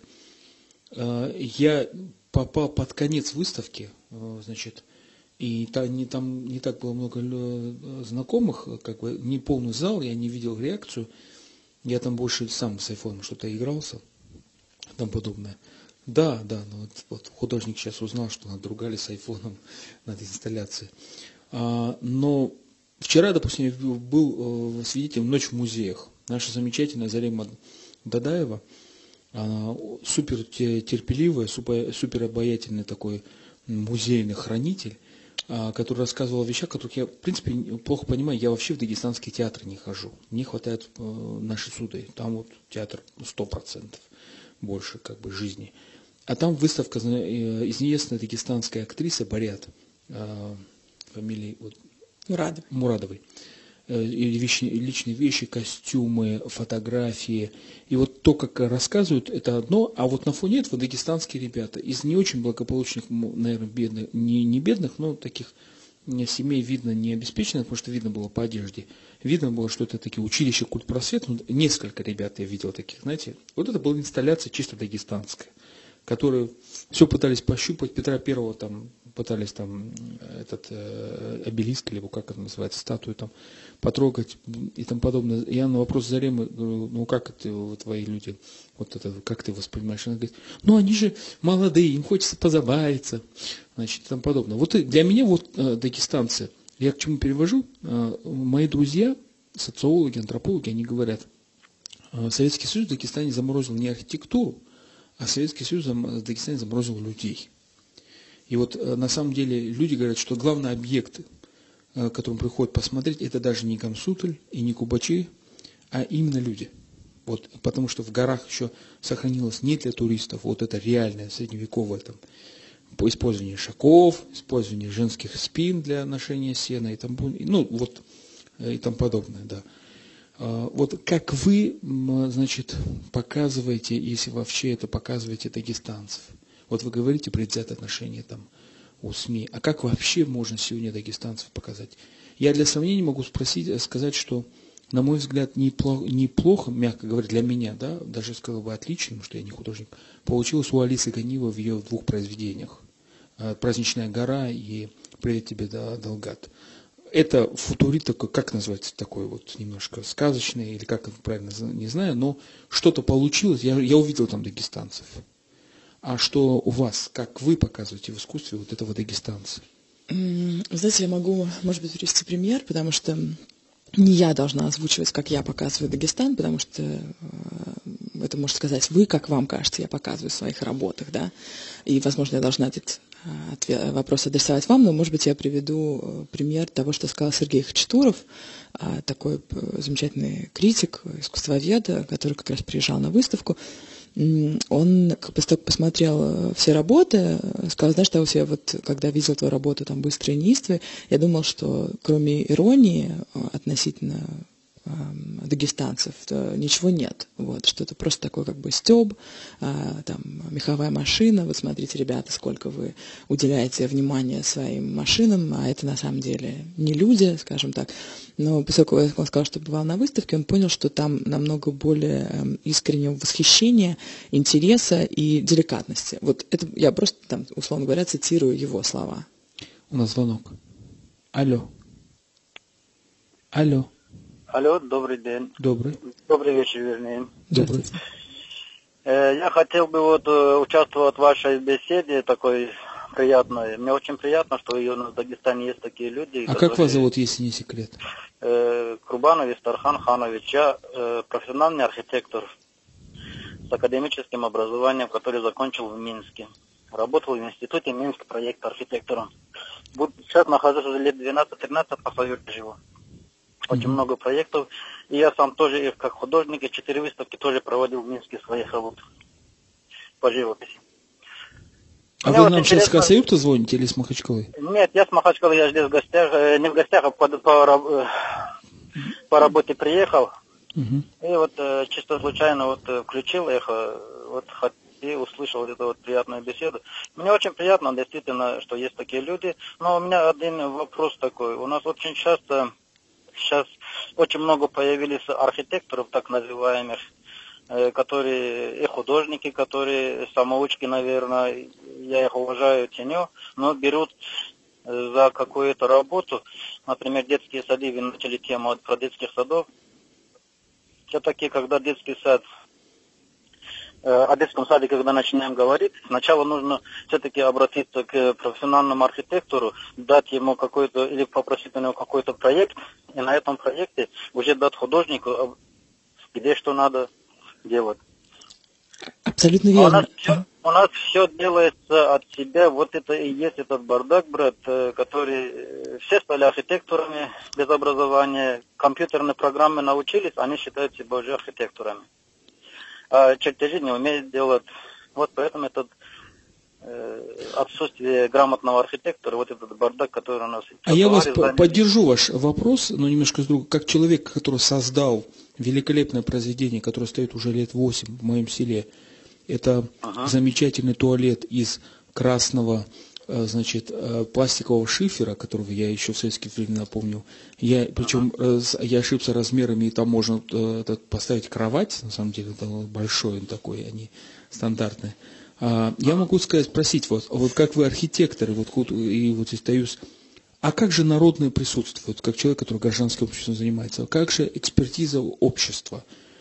Я попал под конец выставки, значит, и там не, там не так было много знакомых, как бы не полный зал, я не видел реакцию, я там больше сам с айфоном что-то игрался, там подобное. Да, да, ну вот, вот художник сейчас узнал, что надругали с айфоном над инсталляцией. А, но вчера, допустим, я был э, свидетелем «Ночь в музеях». Наша замечательная Зарема Дадаева, она супер терпеливая, супер, супер обаятельный такой музейный хранитель, а, который рассказывал о вещах, которых я, в принципе, плохо понимаю. Я вообще в дагестанские театры не хожу. Мне хватает э, нашей суды. Там вот театр сто процентов больше как бы жизни. А там выставка известной дагестанской актрисы Барят, э, фамилии вот, Мурадовой. Мурадовой. Э, вещи, личные вещи, костюмы, фотографии. И вот то, как рассказывают, это одно, а вот на фоне этого дагестанские ребята из не очень благополучных, наверное, бедных, не, не бедных, но таких семей видно не обеспеченных, потому что видно было по одежде. Видно было, что это такие училища культпросвет. Ну, несколько ребят я видел таких, знаете. Вот это была инсталляция чисто дагестанская, которые все пытались пощупать. Петра Первого там пытались там этот э, обелиск, либо как это называется, статую там потрогать и тому подобное. Я на вопрос Заремы говорю, ну как это вот, твои люди, вот это, как ты воспринимаешь? Она говорит, ну они же молодые, им хочется позабавиться, значит, и тому подобное. Вот для меня вот э, дагестанцы, я к чему перевожу, э, мои друзья, социологи, антропологи, они говорят, э, Советский Союз в Дагестане заморозил не архитектуру, а Советский Союз в Дагестане заморозил людей. И вот на самом деле люди говорят, что главный объект, к которому приходят посмотреть, это даже не Гамсутль и не Кубачи, а именно люди. Вот, потому что в горах еще сохранилось не для туристов, вот это реальное средневековое там, использование шаков, использование женских спин для ношения сена и там, ну, вот, и тому подобное, да. Вот как вы, значит, показываете, если вообще это показываете дагестанцев? Вот вы говорите предвзятое отношение там у СМИ, а как вообще можно сегодня дагестанцев показать? Я для сравнения могу спросить, сказать, что, на мой взгляд, неплохо, неплохо, мягко говоря, для меня, да, даже сказал бы отлично, потому что я не художник, получилось у Алисы Ганиевой в ее двух произведениях. «Праздничная гора» и «Привет тебе, Далгат». Это футурит такой, как называется, такой вот немножко сказочный, или как это правильно, не знаю, но что-то получилось, я, я увидел там дагестанцев. А что у вас, как вы показываете в искусстве вот этого дагестанца? Знаете, я могу, может быть, привести пример, потому что не я должна озвучивать, как я показываю Дагестан, потому что это может сказать вы, как вам кажется, я показываю в своих работах, да, и, возможно, я должна этот ответ, вопрос адресовать вам, но, может быть, я приведу пример того, что сказал Сергей Хачатуров, такой замечательный критик, искусствовед, который как раз приезжал на выставку. Он, после того, как посмотрел все работы, сказал, знаешь, что я вот, когда видел твою работу там «Быстрые неистовые», я думал, что кроме иронии относительно дагестанцев, ничего нет. Вот, что это просто такой как бы стёб, там, меховая машина. Вот смотрите, ребята, сколько вы уделяете внимания своим машинам, а это на самом деле не люди, скажем так. Но поскольку он сказал, что бывал на выставке, он понял, что там намного более искреннего восхищения, интереса и деликатности. Вот это я просто, там, условно говоря, цитирую его слова. У нас звонок. Алло. Алло. Алло, добрый день. Добрый. Добрый вечер, вернее. Добрый. Я хотел бы вот участвовать в вашей беседе такой приятной. Мне очень приятно, что у нас в Дагестане есть такие люди. А которые... как вас зовут, если не секрет? Курбанов Истархан Ханович. Я профессиональный архитектор с академическим образованием, который закончил в Минске. Работал в институте Минск проект архитектора. Сейчас нахожусь уже лет двенадцать-тринадцать, по Совету живу. Очень mm-hmm. много проектов. И я сам тоже, как художник, и четыре выставки тоже проводил в Минске своих работ по живописи. А Мне вы нам интересно... сейчас с Хасаюрта звоните или с Махачкалы? Нет, я с Махачкалы, я здесь в гостях, не в гостях, а по, по, по работе приехал. Mm-hmm. И вот чисто случайно вот включил эхо, вот и услышал вот эту вот приятную беседу. Мне очень приятно, действительно, что есть такие люди. Но у меня один вопрос такой. У нас очень часто, сейчас очень много появились архитекторов, так называемых, которые и художники, которые самоучки, наверное, я их уважаю, ценю, но берут за какую-то работу, например, детские сады, вы начали тему про детских садов. Все-таки, когда детский сад, о детском саде, когда начинаем говорить, сначала нужно все-таки обратиться к профессиональному архитектору, дать ему какой-то, или попросить у него какой-то проект, и на этом проекте уже дать художнику, где что надо делать. Абсолютно верно. А у нас все, у нас все делается от себя, вот это и есть этот бардак, брат, который, все стали архитекторами без образования, компьютерные программы научились, они считают себя уже архитекторами. А чертежи не умеют делать. Вот поэтому этот э, отсутствие грамотного архитектора, вот этот бардак, который у нас... А я вас по- поддержу ваш вопрос, но немножко с другого. Как человек, который создал великолепное произведение, которое стоит уже лет восемь в моем селе, это ага. замечательный туалет из красного, значит, пластикового шифера, которого я еще в советские времена помню. Я, причем uh-huh. я ошибся размерами, и там можно поставить кровать, на самом деле, это большой такой, а не стандартный. Uh-huh. Я могу сказать, спросить вас, вот как вы архитекторы, вот, и вот здесь остаюсь, а как же народное присутствие, вот, как человек, который гражданским обществом занимается, как же экспертиза общества?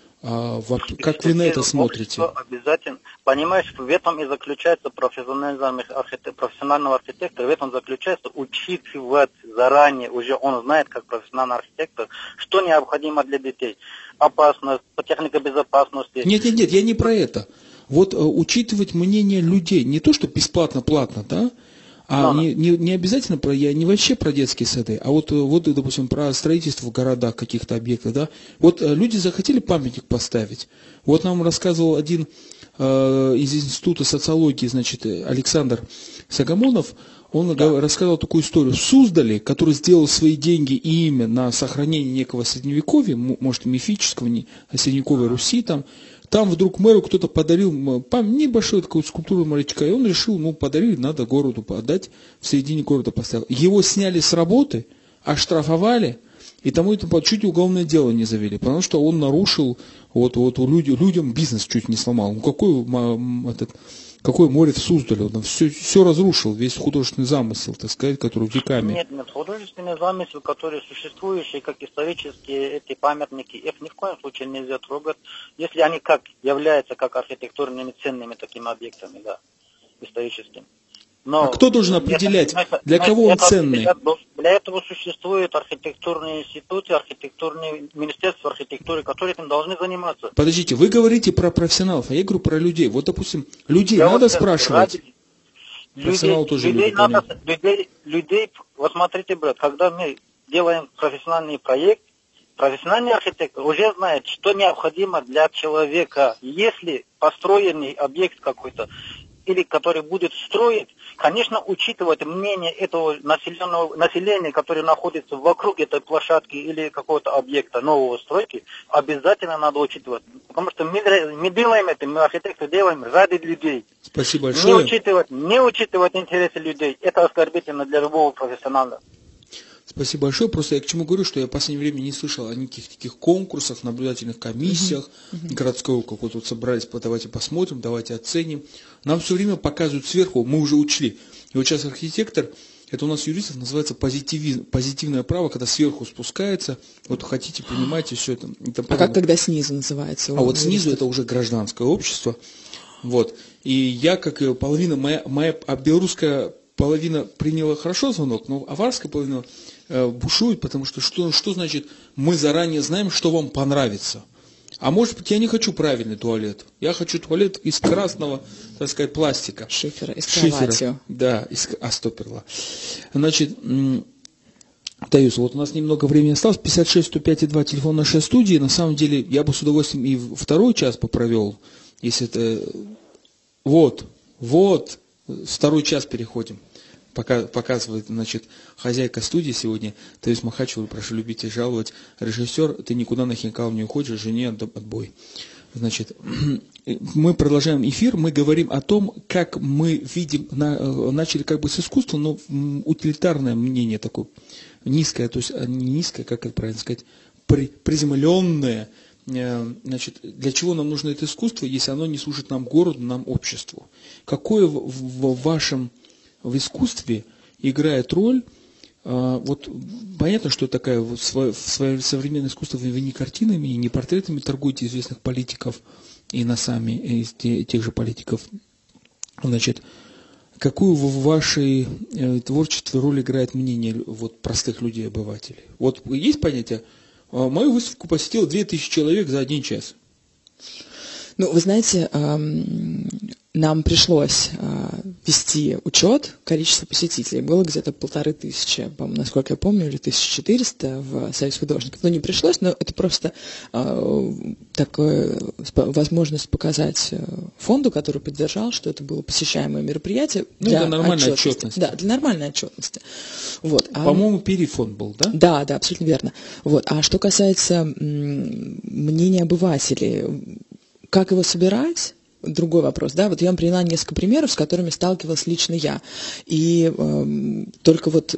А, как вы на это смотрите? Обязательно. Понимаешь, в этом и заключается профессионального архитектора, в этом заключается учитывать заранее, уже он знает, как профессиональный архитектор, что необходимо для детей. Опасность, техника безопасности. Нет, нет, нет, я не про это. Вот учитывать мнение людей, не то, что бесплатно, платно, да? А не, не, не обязательно про, я не вообще про детские сады, а вот, вот, допустим, про строительство в городах каких-то объектов, да. Вот люди захотели памятник поставить. Вот нам рассказывал один э, из Института социологии, значит, Александр Сагамонов, он да. рассказывал такую историю. В Суздале, который сделал свои деньги и имя на сохранение некого средневековья, может, мифического, средневековой Руси там, там вдруг мэру кто-то подарил небольшую такую скульптуру морячка, и он решил, ну, подарили, надо городу отдать, в середине города поставил. Его сняли с работы, оштрафовали, и тому это чуть уголовное дело не завели, потому что он нарушил, вот, вот люди, людям бизнес чуть не сломал. Ну, какой, этот, какое море в Суздале, он все, все разрушил, весь художественный замысел, так сказать, который веками. Нет, нет, художественный замысел, который существующий, как исторические эти памятники, их ни в коем случае нельзя трогать, если они как являются как архитектурными ценными такими объектами, да, историческими. Но а кто должен определять, это, для это, кого он это, ценный? Для, для этого существуют архитектурные институты, архитектурные министерства архитектуры, которые этим должны заниматься. Подождите, вы говорите про профессионалов, а я говорю про людей. Вот, допустим, людей я надо вот спрашивать. Ради... Профессионалы людей, тоже людей, люди, надо, людей, людей, вот смотрите, брат, когда мы делаем профессиональный проект, профессиональный архитектор уже знает, что необходимо для человека. Если построенный объект какой-то, или который будет строить, конечно, учитывать мнение этого населенного, населения, которое находится вокруг этой площадки или какого-то объекта нового стройки, обязательно надо учитывать. Потому что мы, мы делаем это, мы архитекторы делаем ради людей. Спасибо большое. Не учитывать, не учитывать интересы людей, это оскорбительно для любого профессионала. Спасибо большое. Просто я к чему говорю, что я в последнее время не слышал о никаких таких конкурсах, наблюдательных комиссиях, uh-huh. Uh-huh. городского какого-то вот собрались, давайте посмотрим, давайте оценим. Нам все время показывают сверху, мы уже учли. И вот сейчас архитектор, это у нас юристов называется позитивизм, позитивное право, когда сверху спускается, вот хотите, принимайте все это. это а как тогда снизу называется? А вот снизу это уже гражданское общество. Вот. И я, как и половина, моя, моя а белорусская половина приняла хорошо звонок, но аварская половина э, бушует, потому что, что что значит мы заранее знаем, что вам понравится. А может быть, я не хочу правильный туалет. Я хочу туалет из красного, так сказать, пластика. Шифера, из Шифера. Да, из астоперла. Значит, Таюс, вот у нас немного времени осталось. пятьдесят шесть сто пять два телефон нашей студии. На самом деле, я бы с удовольствием и второй час попровел, если это... Вот, вот, второй час переходим. Пока, показывает, значит, хозяйка студии сегодня, Таюс Махачева, прошу любить и жаловать, режиссер, ты никуда на Хинкал не уходишь, жене отбой. Значит, мы продолжаем эфир, мы говорим о том, как мы видим, на, начали как бы с искусства, но утилитарное мнение такое, низкое, то есть не низкое, как это правильно сказать, при, приземленное. Значит, для чего нам нужно это искусство, если оно не служит нам городу, нам обществу? Какое в, в, в вашем в искусстве играет роль, а, вот понятно, что такая вот свое, свое современное искусство, вы не картинами, не портретами торгуете известных политиков и носами и тех же политиков. Значит, какую в вашей э, творчестве роль играет мнение вот, простых людей, обывателей? Вот есть понятие, а, мою выставку посетило две тысячи человек за один час. Ну, вы знаете, эм, нам пришлось э, вести учет количества посетителей. Было где-то полторы тысячи, по-моему, насколько я помню, или тысяча четыреста в Союз художников. Ну, не пришлось, но это просто э, такая возможность показать фонду, который поддержал, что это было посещаемое мероприятие. Ну, для нормальной отчетности. отчетности. Да, для нормальной отчетности. Вот. По-моему, перифонд был, да? Да, да, абсолютно верно. Вот. А что касается м- мнения обывателей, как его собирать? Другой вопрос, да, вот я вам привела несколько примеров, с которыми сталкивалась лично я, и э, только вот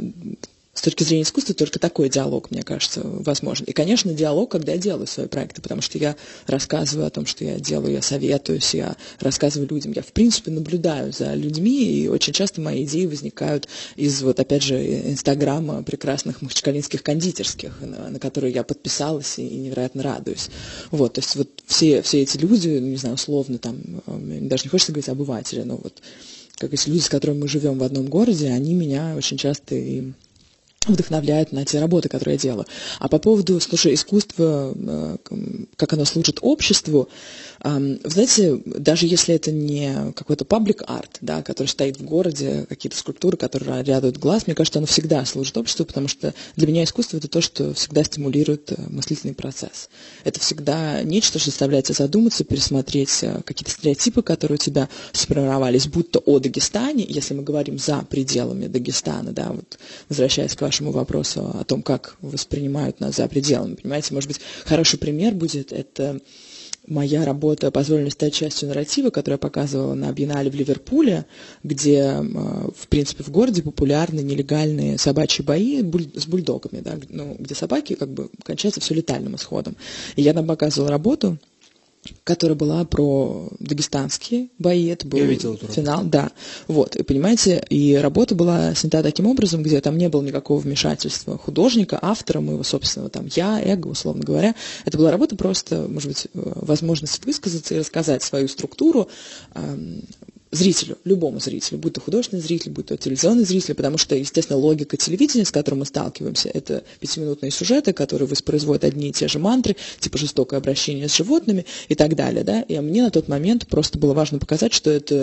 с точки зрения искусства только такой диалог, мне кажется, возможен. И, конечно, диалог, когда я делаю свои проекты, потому что я рассказываю о том, что я делаю, я советуюсь, я рассказываю людям, я, в принципе, наблюдаю за людьми, и очень часто мои идеи возникают из, вот, опять же, инстаграма прекрасных махачкалинских кондитерских, на, на которые я подписалась и, и невероятно радуюсь. Вот, то есть вот все, все эти люди, не знаю, условно, там, даже не хочется говорить обыватели, но вот, как если люди, с которыми мы живем в одном городе, они меня очень часто и вдохновляет на те работы, которые я делаю. А по поводу, слушай, искусства, как оно служит обществу, вы знаете, даже если это не какой-то паблик-арт, да, который стоит в городе, какие-то скульптуры, которые радуют глаз, мне кажется, оно всегда служит обществу, потому что для меня искусство – это то, что всегда стимулирует мыслительный процесс. Это всегда нечто, что заставляет тебя задуматься, пересмотреть какие-то стереотипы, которые у тебя сформировались, будто о Дагестане, если мы говорим за пределами Дагестана, да, вот возвращаясь к вашему вопросу о том, как воспринимают нас за пределами. Понимаете, может быть, хороший пример будет это моя работа «Позволено стать частью нарратива», которую я показывала на Биеннале в Ливерпуле, где, в принципе, в городе популярны нелегальные собачьи бои с бульдогами, да, ну, где собаки как бы кончаются все летальным исходом. И я там показывала работу, которая была про дагестанские бои, это был финал, да, вот, и понимаете, и работа была снята таким образом, где там не было никакого вмешательства художника, автора, моего собственного, там, я, эго, условно говоря, это была работа просто, может быть, возможность высказаться и рассказать свою структуру эм, зрителю, любому зрителю, будь то художественный зритель, будь то телевизионный зритель, потому что, естественно, логика телевидения, с которой мы сталкиваемся, это пятиминутные сюжеты, которые воспроизводят одни и те же мантры, типа жестокое обращение с животными и так далее, да, и мне на тот момент просто было важно показать, что это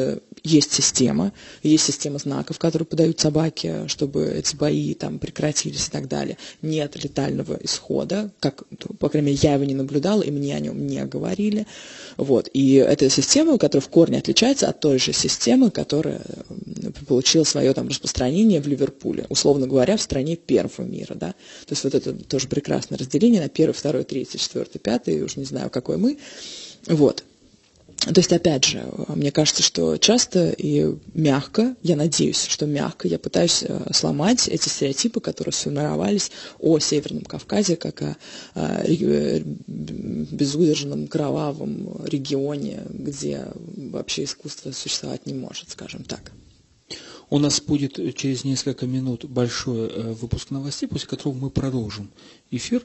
есть система, есть система знаков, которые подают собаке, чтобы эти бои там прекратились и так далее. Нет летального исхода, как, по крайней мере, я его не наблюдала, и мне о нем не говорили. Вот. И это система, которая в корне отличается от той же системы, которая получила свое там распространение в Ливерпуле, условно говоря, в стране первого мира. Да? То есть вот это тоже прекрасное разделение на первый, второй, третий, четвертый, пятый, уж не знаю, какой мы. Вот. То есть, опять же, мне кажется, что часто и мягко, я надеюсь, что мягко я пытаюсь сломать эти стереотипы, которые сформировались о Северном Кавказе, как о, о безудержном, кровавом регионе, где вообще искусство существовать не может, скажем так. У нас будет через несколько минут большой выпуск новостей, после которого мы продолжим эфир.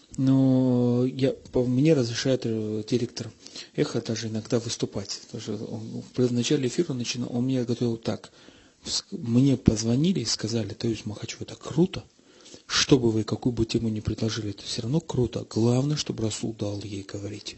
Но я, мне разрешает директор Эхо даже иногда выступать. Потому что он, в начале эфира начинал, он меня готовил так. Мне позвонили и сказали: Таюс Махачева, это круто. Что бы вы, какую бы тему ни предложили, это все равно круто. Главное, чтобы Расул дал ей говорить.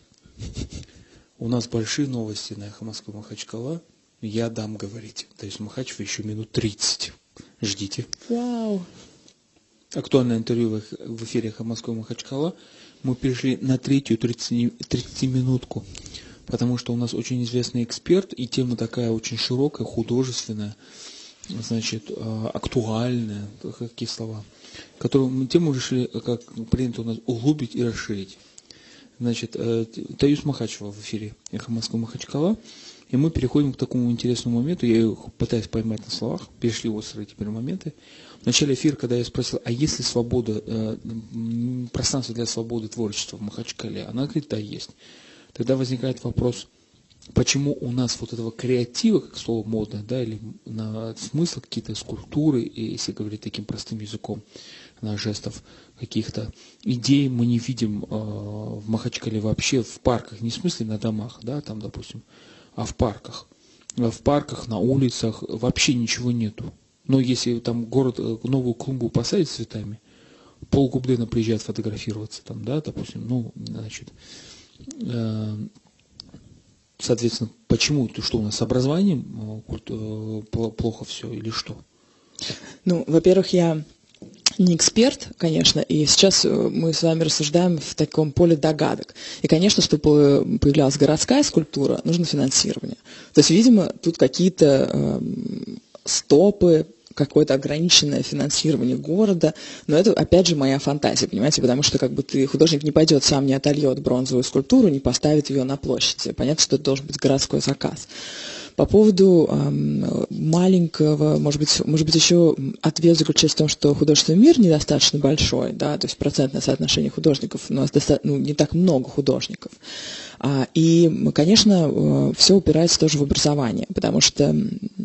У нас большие новости на Эхо Москвы Махачкала. Я дам говорить. Таюс Махачева еще минут тридцать. Ждите. Вау. Актуальное интервью в эфире Эхо Москвы Махачкала. Мы перешли на третью тридцатиминутку, потому что у нас очень известный эксперт, и тема такая очень широкая, художественная, значит, актуальная, какие слова, которую мы тему решили, как принято у нас, углубить и расширить. Значит, Таюс Махачева в эфире Эхо Москвы Махачкала. И мы переходим к такому интересному моменту, я их пытаюсь поймать на словах, перешли острые теперь моменты. В начале эфира, когда я спросил, а есть ли свобода, э, пространство для свободы творчества в Махачкале, она говорит, да, есть. Тогда возникает вопрос, почему у нас вот этого креатива, как слово модное, да, или на смысл какие-то скульптуры, и, если говорить таким простым языком, на жестов каких-то идей мы не видим э, в Махачкале вообще, в парках, не в смысле на домах, да, там, допустим, а в парках. В парках, на улицах вообще ничего нету. Но если там город новую клумбу посадит с цветами, полгублена приезжают фотографироваться там, да, допустим, ну, значит, э, соответственно, почему, что у нас с образованием э, плохо все или что? Ну, во-первых, я не эксперт, конечно, и сейчас мы с вами рассуждаем в таком поле догадок. И, конечно, чтобы появлялась городская скульптура, нужно финансирование. То есть, видимо, тут какие-то э, стопы, какое-то ограниченное финансирование города, но это, опять же, моя фантазия, понимаете, потому что как бы ты, художник не пойдет сам, не отольет бронзовую скульптуру, не поставит ее на площади. Понятно, что это должен быть городской заказ. По поводу эм, маленького, может быть, может быть, еще ответ заключается в том, что художественный мир недостаточно большой, да, то есть процентное соотношение художников, у нас доста- ну, не так много художников. А, и, конечно, э, все упирается тоже в образование, потому что,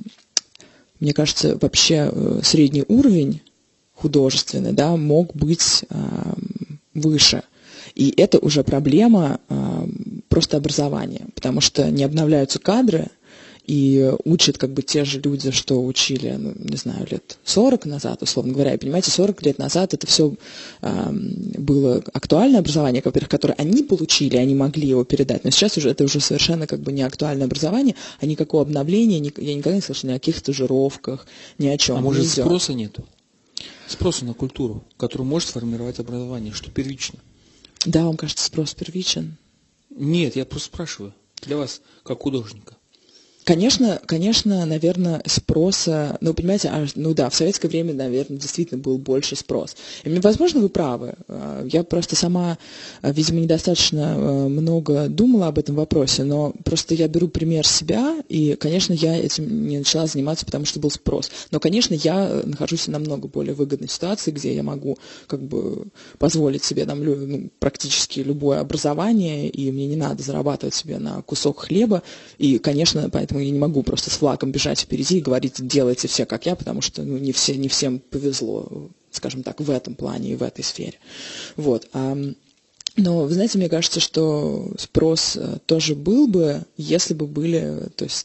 мне кажется, вообще э, средний уровень художественный, да, мог быть э, выше. И это уже проблема э, просто образования, потому что не обновляются кадры, и учат как бы те же люди, что учили, ну, не знаю, лет сорок назад, условно говоря. И понимаете, сорок лет назад это все э, было актуальное образование, во-первых, которое они получили, они могли его передать. Но сейчас уже это уже совершенно как бы не актуальное образование, а никакого обновления, ни, я никогда не слышала ни о каких стажировках, ни о чем. А может, идет. Спроса нету? Спроса на культуру, которую может сформировать образование, что первично. Да, вам кажется, спрос первичен? Нет, я просто спрашиваю. Для вас, как художника. Конечно, конечно, наверное, спроса, ну, понимаете, а, ну да, в советское время, наверное, действительно был больше спрос. И, возможно, вы правы. Я просто сама, видимо, недостаточно много думала об этом вопросе, но просто я беру пример себя, и, конечно, я этим не начала заниматься, потому что был спрос. Но, конечно, я нахожусь в намного более выгодной ситуации, где я могу как бы позволить себе там, ну, практически любое образование, и мне не надо зарабатывать себе на кусок хлеба, и, конечно, поэтому я не могу просто с флагом бежать впереди и говорить, делайте все как я, потому что ну, не, все, не всем повезло, скажем так, в этом плане и в этой сфере. Вот. Но, вы знаете, мне кажется, что спрос тоже был бы, если бы были, то есть,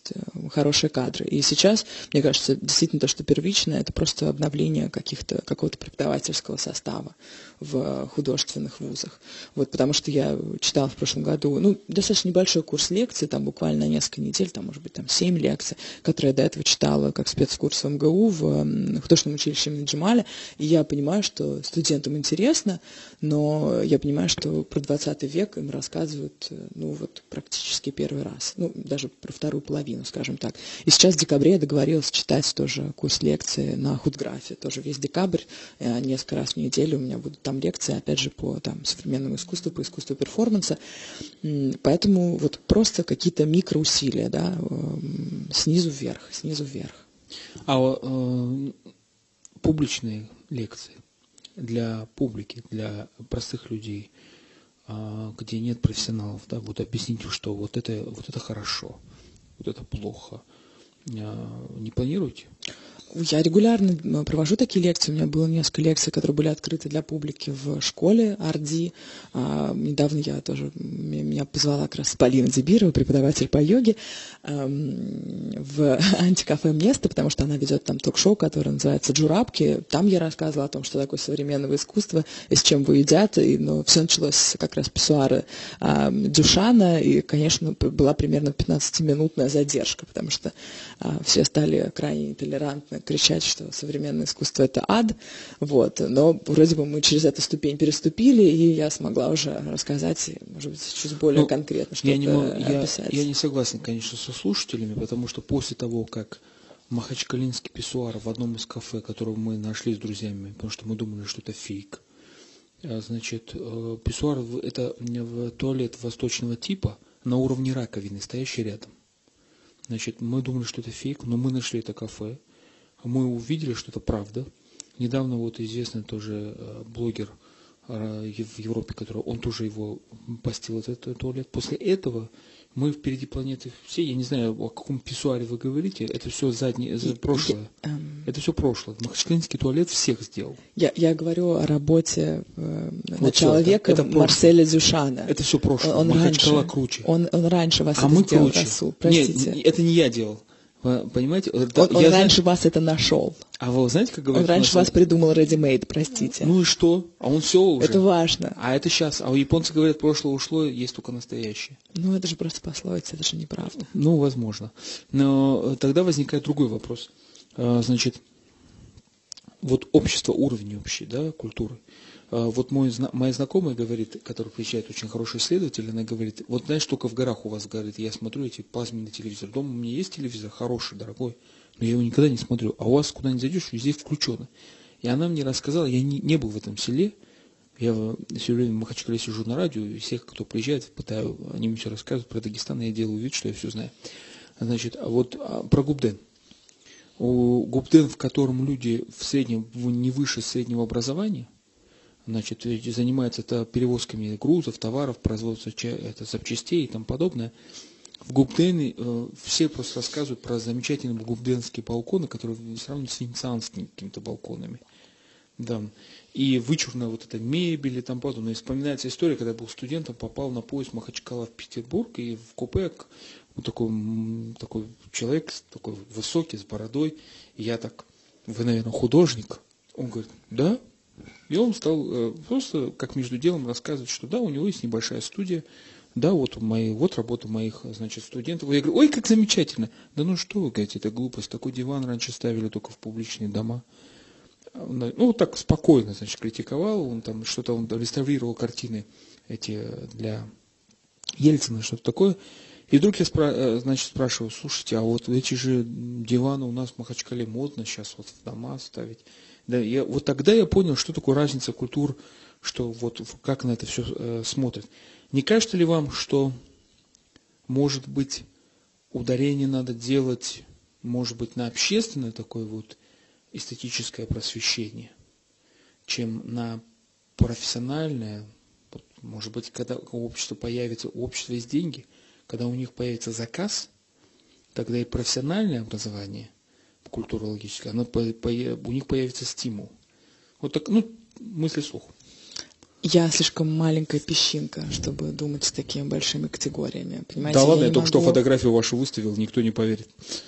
хорошие кадры. И сейчас, мне кажется, действительно то, что первичное, это просто обновление каких-то, какого-то преподавательского состава в художественных вузах. Вот, потому что я читала в прошлом году, ну, достаточно небольшой курс лекций, там буквально несколько недель, там, может быть, там семь лекций, которые я до этого читала как спецкурс в МГУ, в художественном училище имени Джемаля, и я понимаю, что студентам интересно, но я понимаю, что про двадцатый век им рассказывают, ну, вот, практически первый раз, ну, даже про вторую половину, скажем так. И сейчас в декабре я договорилась читать тоже курс лекции на худграфе, тоже весь декабрь, несколько раз в неделю у меня будут там лекции, опять же, по там, современному искусству, по искусству перформанса. Поэтому вот просто какие-то микроусилия, да, снизу вверх, снизу вверх. А э, публичные лекции для публики, для простых людей, э, где нет профессионалов, да, вот объясните, что вот это, вот это хорошо, вот это плохо. Э, не планируете? Я регулярно провожу такие лекции. У меня было несколько лекций, которые были открыты для публики в школе Арди. А, недавно я тоже, меня позвала как раз Полина Дзибирова, преподаватель по йоге, эм, в антикафе «Место», потому что она ведет там ток-шоу, которое называется «Джурабки». Там я рассказывала о том, что такое современного искусства и с чем его едят. И, ну, все началось как раз с писсуара э, Дюшана, и, конечно, была примерно пятнадцатиминутная задержка, потому что э, все стали крайне нетолерантны, кричать, что современное искусство – это ад, вот, но вроде бы мы через эту ступень переступили, и я смогла уже рассказать, может быть, чуть более ну, конкретно что-то я не, описать. Я, я не согласен, конечно, со слушателями, потому что после того, как махачкалинский писсуар в одном из кафе, которого мы нашли с друзьями, потому что мы думали, что это фейк, значит, писсуар – это туалет восточного типа на уровне раковины, стоящий рядом. Значит, мы думали, что это фейк, но мы нашли это кафе, мы увидели, что это правда. Недавно вот известный тоже блогер в Европе, который, он тоже его постил, этот туалет. После этого мы впереди планеты все. Я не знаю, о каком писсуаре вы говорите. Это все заднее, за прошлое. Я, эм... Это все прошлое. Махачкалинский туалет всех сделал. Я, я говорю о работе э, вот начала все, века это, это Марселя Дюшана. Это все прошлое. Он, он Махачкала раньше, круче. Он, он раньше вас а это мы сделал, круче. Расул. Простите. Нет, это не я делал. Понимаете? Он, я он раньше знаю... вас это нашел. А вы знаете, как говорят? Он раньше вас придумал ready-made, простите. Ну и что? А он все уже. Это важно. А это сейчас. А у японцев говорят, прошлое ушло, есть только настоящее. Ну это же просто пословица, это же неправда. Ну, возможно. Но тогда возникает другой вопрос. Значит, вот общество, уровень общий, да, культуры. Вот мой, моя знакомая говорит, которая приезжает, очень хороший исследователь, она говорит, вот знаешь, только в горах у вас, говорит, я смотрю эти плазменный телевизор. Дома у меня есть телевизор, хороший, дорогой, но я его никогда не смотрю. А у вас куда-нибудь зайдешь, везде включено. И она мне рассказала, я не, не был в этом селе, я все время в Махачкале сижу на радио, и всех, кто приезжает, пытаю, они мне все рассказывают про Дагестан, и я делаю вид, что я все знаю. Значит, а вот а, про Губден. У Губден, в котором люди в среднем, не выше среднего образования, значит, занимается это перевозками грузов, товаров, производством это, запчастей и тому подобное. В Губдене э, все просто рассказывают про замечательные губденские балконы, которые сравнивают с венецианскими какими-то балконами. Да. И вычурная вот эта мебель и тому подобное. И вспоминается история, когда я был студентом, попал на поезд Махачкала в Петербург, и в купе вот такой, такой человек, такой высокий, с бородой. И я так, вы, наверное, художник? Он говорит, да. И он стал э, просто как между делом рассказывать, что да, у него есть небольшая студия, да, вот мои, вот работа моих, значит, студентов. Я говорю, ой, как замечательно. Да ну что вы говорите, это глупость, такой диван раньше ставили только в публичные дома. Ну, вот так спокойно, значит, критиковал, он там что-то, он реставрировал картины эти для Ельцина, что-то такое. И вдруг я, спра- значит, спрашиваю, слушайте, а вот эти же диваны у нас в Махачкале модно сейчас вот в дома ставить. Да, я, вот тогда я понял, что такое разница культур, что вот как на это все э, смотрят. Не кажется ли вам, что, может быть, ударение надо делать, может быть, на общественное такое вот эстетическое просвещение, чем на профессиональное? Вот, может быть, когда у общества появится, у общества есть деньги, когда у них появится заказ, тогда и профессиональное образование культурологическое, оно по, по, у них появится стимул. Вот так, ну, мысли вслух. Я слишком маленькая песчинка, чтобы думать с такими большими категориями. Понимаете, да ладно, я, я только могу... что фотографию вашу выставил, никто не поверит.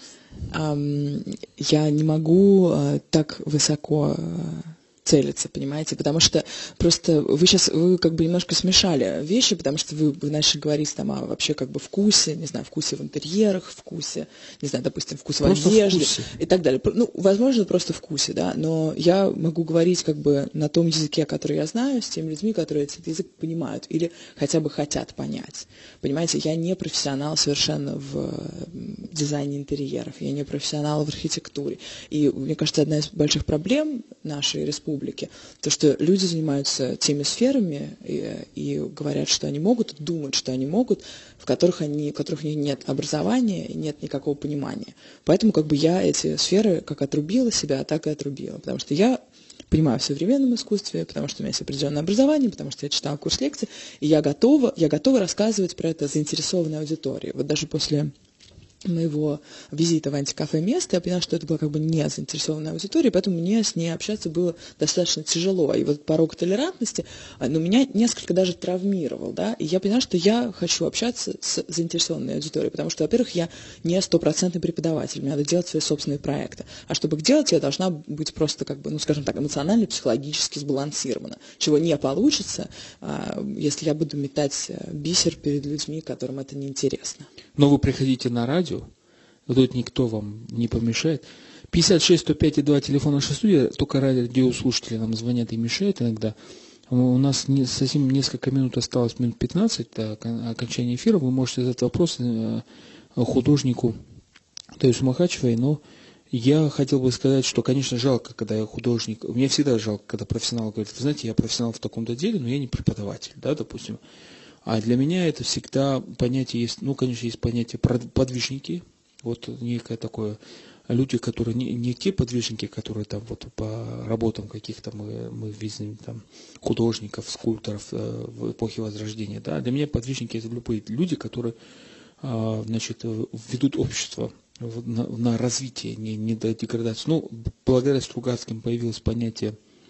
Я не могу так высоко целиться, понимаете, потому что просто вы сейчас, вы как бы немножко смешали вещи, потому что вы, вы начали говорить там о вообще как бы вкусе, не знаю, вкусе в интерьерах, вкусе, не знаю, допустим, вкус в одежде и так далее. Ну, возможно, просто вкусе, да, но я могу говорить как бы на том языке, который я знаю, с теми людьми, которые этот язык понимают или хотя бы хотят понять. Понимаете, я не профессионал совершенно в дизайне интерьеров, я не профессионал в архитектуре. И мне кажется, одна из больших проблем нашей республики то, что люди занимаются теми сферами и, и говорят, что они могут, думают, что они могут, в которых, они, в которых у них нет образования, нет никакого понимания. Поэтому как бы я эти сферы как отрубила себя, так и отрубила. Потому что я понимаю в современном искусстве, потому что у меня есть определенное образование, потому что я читала курс лекций, и я готова, я готова рассказывать про это заинтересованной аудитории. Вот даже после моего визита в антикафе место, я поняла, что это была как бы не заинтересованная аудитория, поэтому мне с ней общаться было достаточно тяжело. И вот порог толерантности, ну, меня несколько даже травмировал, да, и я поняла, что я хочу общаться с заинтересованной аудиторией, потому что, во-первых, я не стопроцентный преподаватель, мне надо делать свои собственные проекты. А чтобы их делать, я должна быть просто, как бы, ну, скажем так, эмоционально, психологически сбалансирована, чего не получится, если я буду метать бисер перед людьми, которым это неинтересно. Но вы приходите на радио, тут никто вам не помешает. пятьдесят шесть сто пять и два телефон нашей студии, только радиослушатели нам звонят и мешают иногда. У нас не, совсем несколько минут осталось, минут пятнадцать до окончания эфира. Вы можете задать вопрос художнику Таису Махачевой, но я хотел бы сказать, что, конечно, жалко, когда я художник, мне всегда жалко, когда профессионал говорит, вы знаете, я профессионал в таком-то деле, но я не преподаватель, да, допустим. А для меня это всегда понятие есть, ну, конечно, есть понятие подвижники, вот некое такое, люди, которые не, не те подвижники, которые там вот по работам каких-то мы, мы видим там художников, скульпторов э, в эпохе Возрождения, да, для меня подвижники это любые люди, которые, э, значит, ведут общество на, на развитие, не, не до деградации. Ну, благодаря Стругацким появилось понятие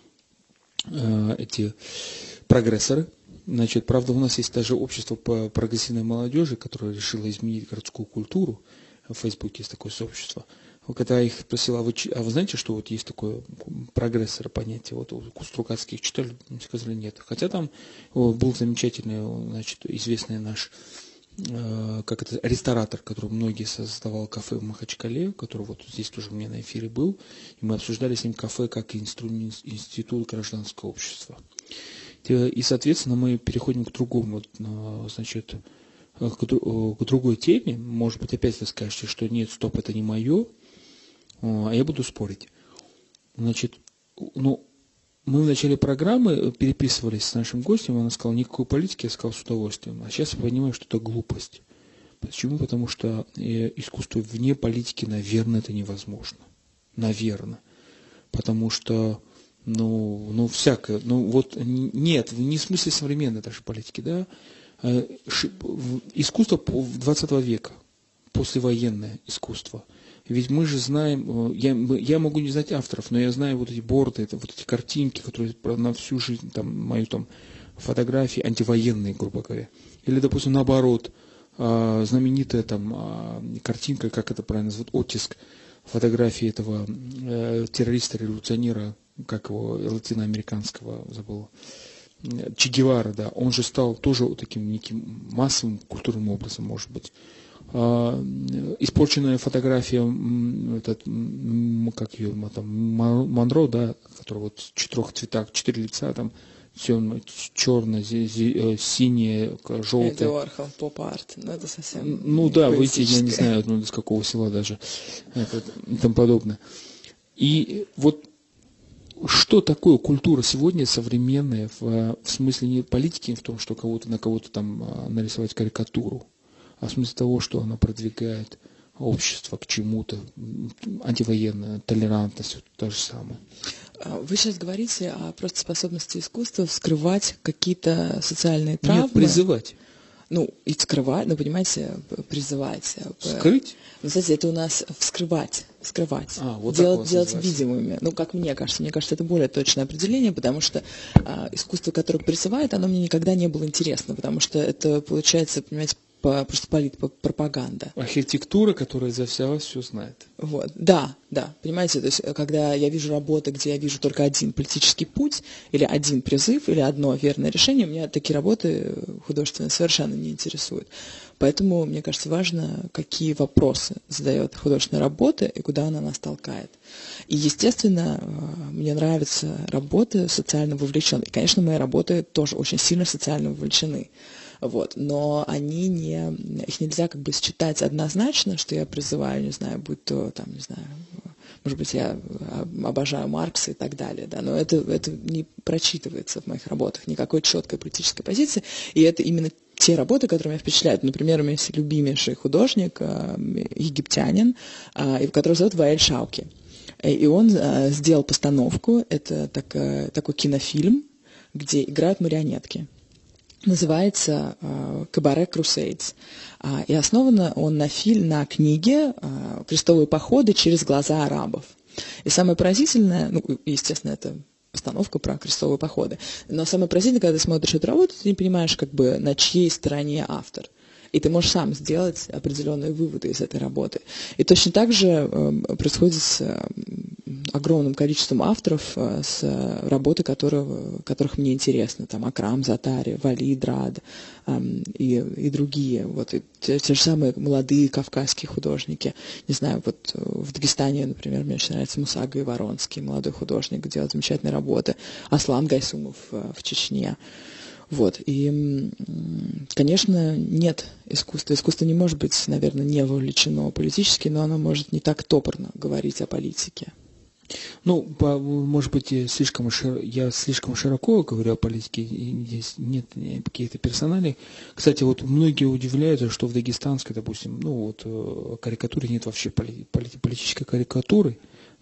э, эти прогрессоры. Значит, правда, у нас есть даже общество по прогрессивной молодежи, которое решило изменить городскую культуру. В Фейсбуке есть такое сообщество. Когда я их спросил, а вы, а вы знаете, что вот есть такое прогрессор понятие? Вот у Стругацких читали, сказали нет. Хотя там был замечательный, значит, известный наш, э, как это, ресторатор, который многие создавал кафе в Махачкале, который вот здесь тоже у меня на эфире был. И мы обсуждали с ним кафе как институт гражданского общества. И, соответственно, мы переходим к другому, значит, к другой теме. Может быть, опять вы скажете, что нет, стоп, это не мое, а я буду спорить. Значит, ну, мы в начале программы переписывались с нашим гостем, она сказала, никакой политики, я сказал с удовольствием. А сейчас я понимаю, что это глупость. Почему? Потому что искусство вне политики, наверное, это невозможно. Наверное. Потому что Ну, ну, всякое. Ну, вот нет, не в смысле современной даже политики, да. Искусство двадцатого века, послевоенное искусство. Ведь мы же знаем, я, я могу не знать авторов, но я знаю вот эти борды, это, вот эти картинки, которые на всю жизнь, там, мою там фотографии антивоенные, грубо говоря. Или, допустим, наоборот, знаменитая там картинка, как это правильно называют, оттиск фотографии этого террориста-революционера, как его, латиноамериканского, забыл, Че Гевара, да, он же стал тоже таким неким массовым культурным образом, может быть. А, испорченная фотография, этот, как ее, там, Монро, да, который вот в четырех цветах, четыре лица, там, черное, синее, желтое. Это Уорхол, поп-арт, но это совсем... Ну да, выйти, я не знаю, ну, из какого села даже, это, и тому подобное. И вот что такое культура сегодня современная, в, в смысле не политики, в том, что кого-то на кого-то там нарисовать карикатуру, а в смысле того, что она продвигает общество к чему-то, антивоенная, толерантность, вот то же самое. Вы сейчас говорите о просто способности искусства вскрывать какие-то социальные травмы. Нет, призывать. Ну, и скрывать, ну, понимаете, призывать. Скрыть? Ну, кстати, это у нас вскрывать, скрывать. А, вот делать делать видимыми. Ну, как мне кажется, мне кажется, это более точное определение, потому что а, искусство, которое призывает, оно мне никогда не было интересно, потому что это, получается, понимаете, по, просто политпропаганда. Архитектура, которая за вся вас все знает. Вот. Да, да, понимаете, то есть, когда я вижу работы, где я вижу только один политический путь, или один призыв, или одно верное решение, меня такие работы художественные совершенно не интересуют. Поэтому, мне кажется, важно, какие вопросы задает художественная работа и куда она нас толкает. И, естественно, мне нравятся работы социально вовлеченные. И, конечно, мои работы тоже очень сильно социально вовлечены. Вот. Но они не, их нельзя как бы считать однозначно, что я призываю, не знаю, будь то, там, не знаю, может быть, я обожаю Маркса и так далее, да, но это, это не прочитывается в моих работах, никакой четкой политической позиции, и это именно те работы, которые меня впечатляют. Например, у меня есть любимейший художник, египтянин, которого зовут Ваэль Шауки, и он сделал постановку, это так, такой кинофильм, где играют марионетки. Называется uh, «Кабаре Крусейдс». Uh, и основан он на, фильм, на книге uh, «Крестовые походы через глаза арабов». И самое поразительное, ну, естественно, это постановка про крестовые походы, но самое поразительное, когда ты смотришь эту работу, ты не понимаешь, как бы, на чьей стороне автор. И ты можешь сам сделать определенные выводы из этой работы. И точно так же э, происходит с э, огромным количеством авторов, э, с работы, которые, которых мне интересны. Там Акрам Затари, Валид Рад э, и, и другие. Вот, и те, те же самые молодые кавказские художники. Не знаю, вот в Дагестане, например, мне очень нравится Мусага Воронский, молодой художник, делает замечательные работы. Аслан Гайсумов э, в Чечне. Вот, и, конечно, нет искусства. Искусство не может быть, наверное, не вовлечено политически, но оно может не так топорно говорить о политике. Ну, по, может быть, я слишком, широко, я слишком широко говорю о политике, и здесь нет каких-то персоналей. Кстати, вот многие удивляются, что в дагестанской, допустим, ну вот карикатуре нет вообще поли, политической карикатуры,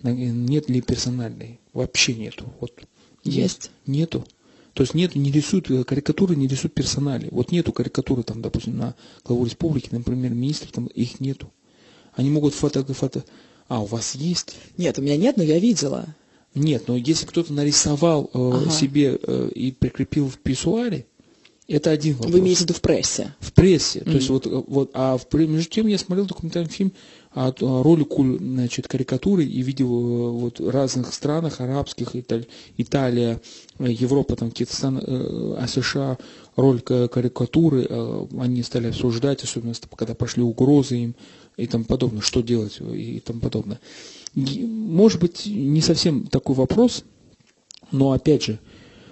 нет ли персональной, вообще нету. Вот есть? Нету. То есть нет, не рисуют карикатуры, не рисуют персонали. Вот нету карикатуры, там, допустим, на главу республики, например, министров, там их нету. Они могут фото, фото... А, у вас есть? Нет, у меня нет, но я видела. Нет, но если кто-то нарисовал э, ага. себе э, и прикрепил в писсуаре, это один вопрос. Вы имеете в виду в прессе? В прессе. Mm-hmm. То есть вот, вот, а в, между тем я смотрел документальный фильм о, о ролику, значит, карикатуры и видел вот, в разных странах, арабских, Италь, Италия, Европа, там какие-то страны, а США, роль карикатуры, они стали обсуждать, особенно когда пошли угрозы им и тому подобное, что делать и тому подобное. Может быть, не совсем такой вопрос, но опять же,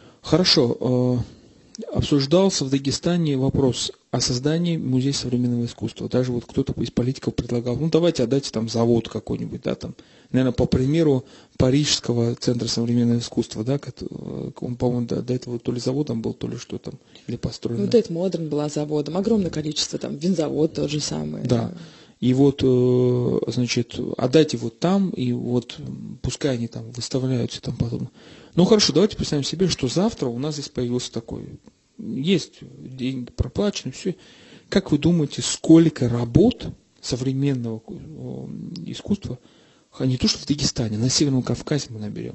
хорошо, обсуждался в Дагестане вопрос о создании музея современного искусства. Даже вот кто-то из политиков предлагал, ну давайте отдайте там завод какой-нибудь, да, там, наверное, по примеру Парижского центра современного искусства, да, он, по-моему, до, до этого то ли заводом был, то ли что там, или построен. Ну, Тейт Модерн была заводом, огромное количество, там, винзавод тот же самый. Да. И вот, значит, отдайте вот там, и вот пускай они там выставляются и тому подобное. Ну хорошо, давайте представим себе, что завтра у нас здесь появился такой, есть деньги проплачены, все. Как вы думаете, сколько работ современного искусства, не то что в Дагестане, на Северном Кавказе мы наберем?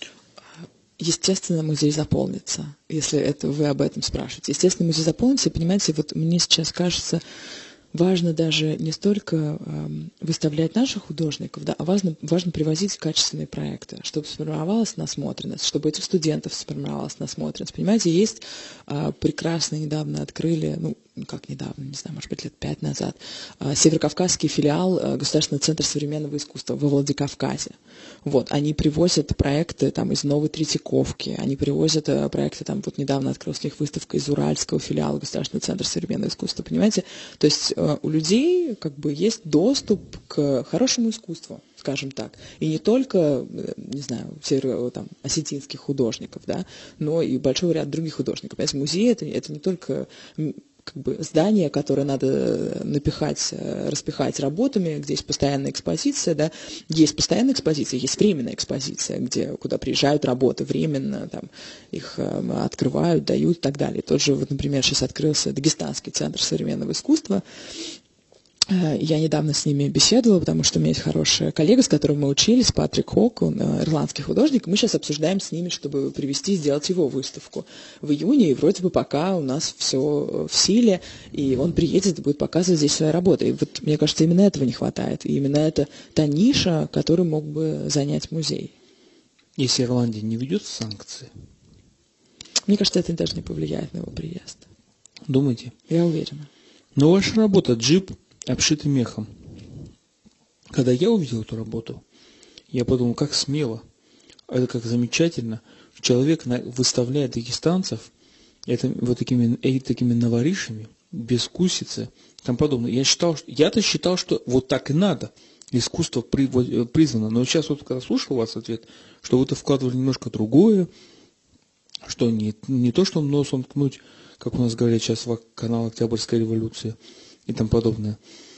Естественно, музей заполнится, если это вы об этом спрашиваете. Естественно, музей заполнится, и понимаете, вот мне сейчас кажется, важно даже не столько э, выставлять наших художников, да, а важно, важно привозить качественные проекты, чтобы сформировалась насмотренность, чтобы этих студентов сформировалась насмотренность. Понимаете, есть э, прекрасно, недавно открыли, ну, как недавно, не знаю, может быть, лет пять назад, э, Северокавказский филиал э, Государственного центра современного искусства во Владикавказе. Вот, они привозят проекты там из Новой Третьяковки, они привозят э, проекты, там вот недавно открылась у них выставка из Уральского филиала Государственного центра современного искусства, понимаете? То есть э, у людей как бы есть доступ к хорошему искусству, скажем так, и не только, не знаю, северо, там, осетинских художников, да, но и большой ряд других художников. Понимаете, музей это, это не только как бы здание, которое надо напихать, распихать работами, где есть постоянная экспозиция, да, есть постоянная экспозиция, есть временная экспозиция, где, куда приезжают работы временно, там, их открывают, дают и так далее. Тот же, вот, например, сейчас открылся Дагестанский центр современного искусства. Я недавно с ними беседовала, потому что у меня есть хорошая коллега, с которой мы учились, Патрик Хок, он ирландский художник. Мы сейчас обсуждаем с ними, чтобы привести, сделать его выставку в июне, и вроде бы пока у нас все в силе, и он приедет и будет показывать здесь свои работы. И вот мне кажется, именно этого не хватает, и именно это та ниша, которую мог бы занять музей. Если Ирландия не ведет санкции? Мне кажется, это даже не повлияет на его приезд. Думаете? Я уверена. Но ваша работа, джип, обшитый мехом. Когда я увидел эту работу, я подумал, как смело, это как замечательно. Человек выставляет дагестанцев это, вот такими, такими новоришами, без кусицы, там подобное. Я считал, что, я-то считал, что вот так и надо. Искусство при, признано. Но сейчас вот когда слушал вас ответ, что вы-то вкладывали немножко другое, что не, не то, что носом ткнуть, как у нас говорят сейчас в канал Октябрьской революции, и тому подобное.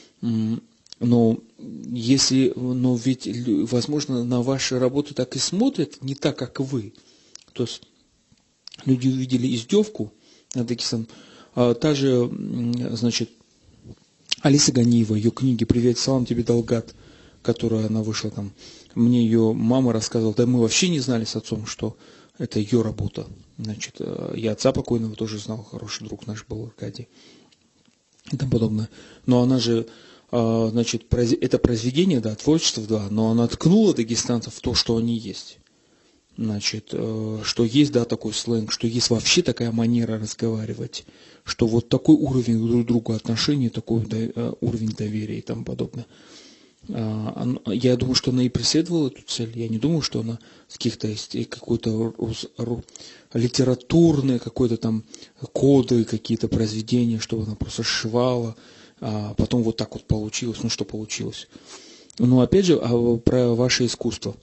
Но если, но ведь, возможно, на ваши работы так и смотрят, не так, как вы. То есть люди увидели издевку над Дагестаном. А та же, значит, Алиса Ганиева, ее книги «Привет, салам тебе, Далгат», которая она вышла там, мне ее мама рассказывала, да мы вообще не знали с отцом, что это ее работа. Значит, я отца покойного тоже знал, хороший друг наш был, Аркадий. И тому подобное. Но она же, значит, это произведение, да, творчество, да, но она ткнула дагестанцев в то, что они есть. Значит, что есть, да, такой сленг, что есть вообще такая манера разговаривать, что вот такой уровень друг к другу отношений, такой уровень доверия и тому подобное. Я думаю, что она и преследовала эту цель. Я не думаю, что она с каких-то какой-то литературные, какой-то там коды, какие-то произведения, чтобы она просто сшивала, а потом вот так вот получилось. Ну, что получилось. Но опять же, про ваше искусство.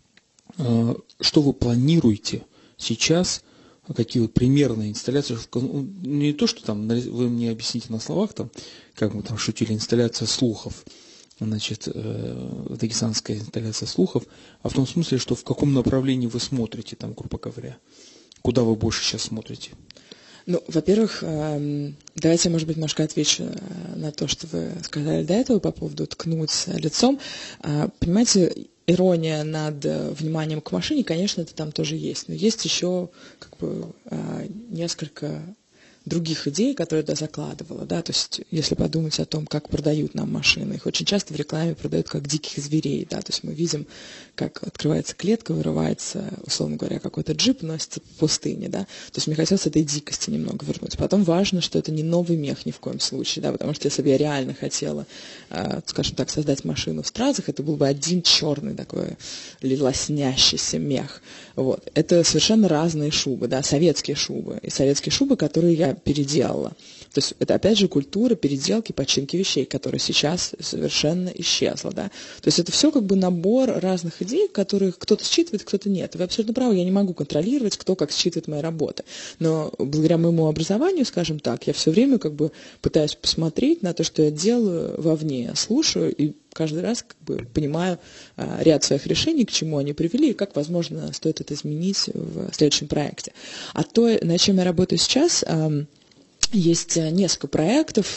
Что вы планируете сейчас? Какие вот примерные инсталляции? Не то, что там вы мне объясните на словах, там, как мы там шутили, инсталляция слухов. Значит, дагестанская инсталляция слухов, а в том смысле, что в каком направлении вы смотрите, там, грубо говоря, куда вы больше сейчас смотрите? Ну, во-первых, давайте я, может быть, немножко отвечу на то, что вы сказали до этого по поводу ткнуть лицом. Понимаете, ирония над вниманием к машине, конечно, это там тоже есть, но есть еще как бы несколько других идей, которые я туда закладывала, да, то есть если подумать о том, как продают нам машины, их очень часто в рекламе продают как диких зверей, да, то есть мы видим, как открывается клетка, вырывается, условно говоря, какой-то джип, носится по пустыне, да, то есть мне хотелось этой дикости немного вернуть. Потом важно, что это не новый мех ни в коем случае, да, потому что если бы я реально хотела, скажем так, создать машину в стразах, это был бы один черный такой лоснящийся мех, вот. Это совершенно разные шубы, да, советские шубы, и советские шубы, которые я переделала. То есть это, опять же, культура переделки, починки вещей, которая сейчас совершенно исчезла. Да? То есть это все как бы набор разных идей, которых кто-то считывает, кто-то нет. Вы абсолютно правы, я не могу контролировать, кто как считывает мои работы. Но благодаря моему образованию, скажем так, я все время как бы пытаюсь посмотреть на то, что я делаю вовне. Я слушаю и каждый раз как бы понимаю а, ряд своих решений, к чему они привели, и как, возможно, стоит это изменить в следующем проекте. А то, над чем я работаю сейчас, а, есть несколько проектов.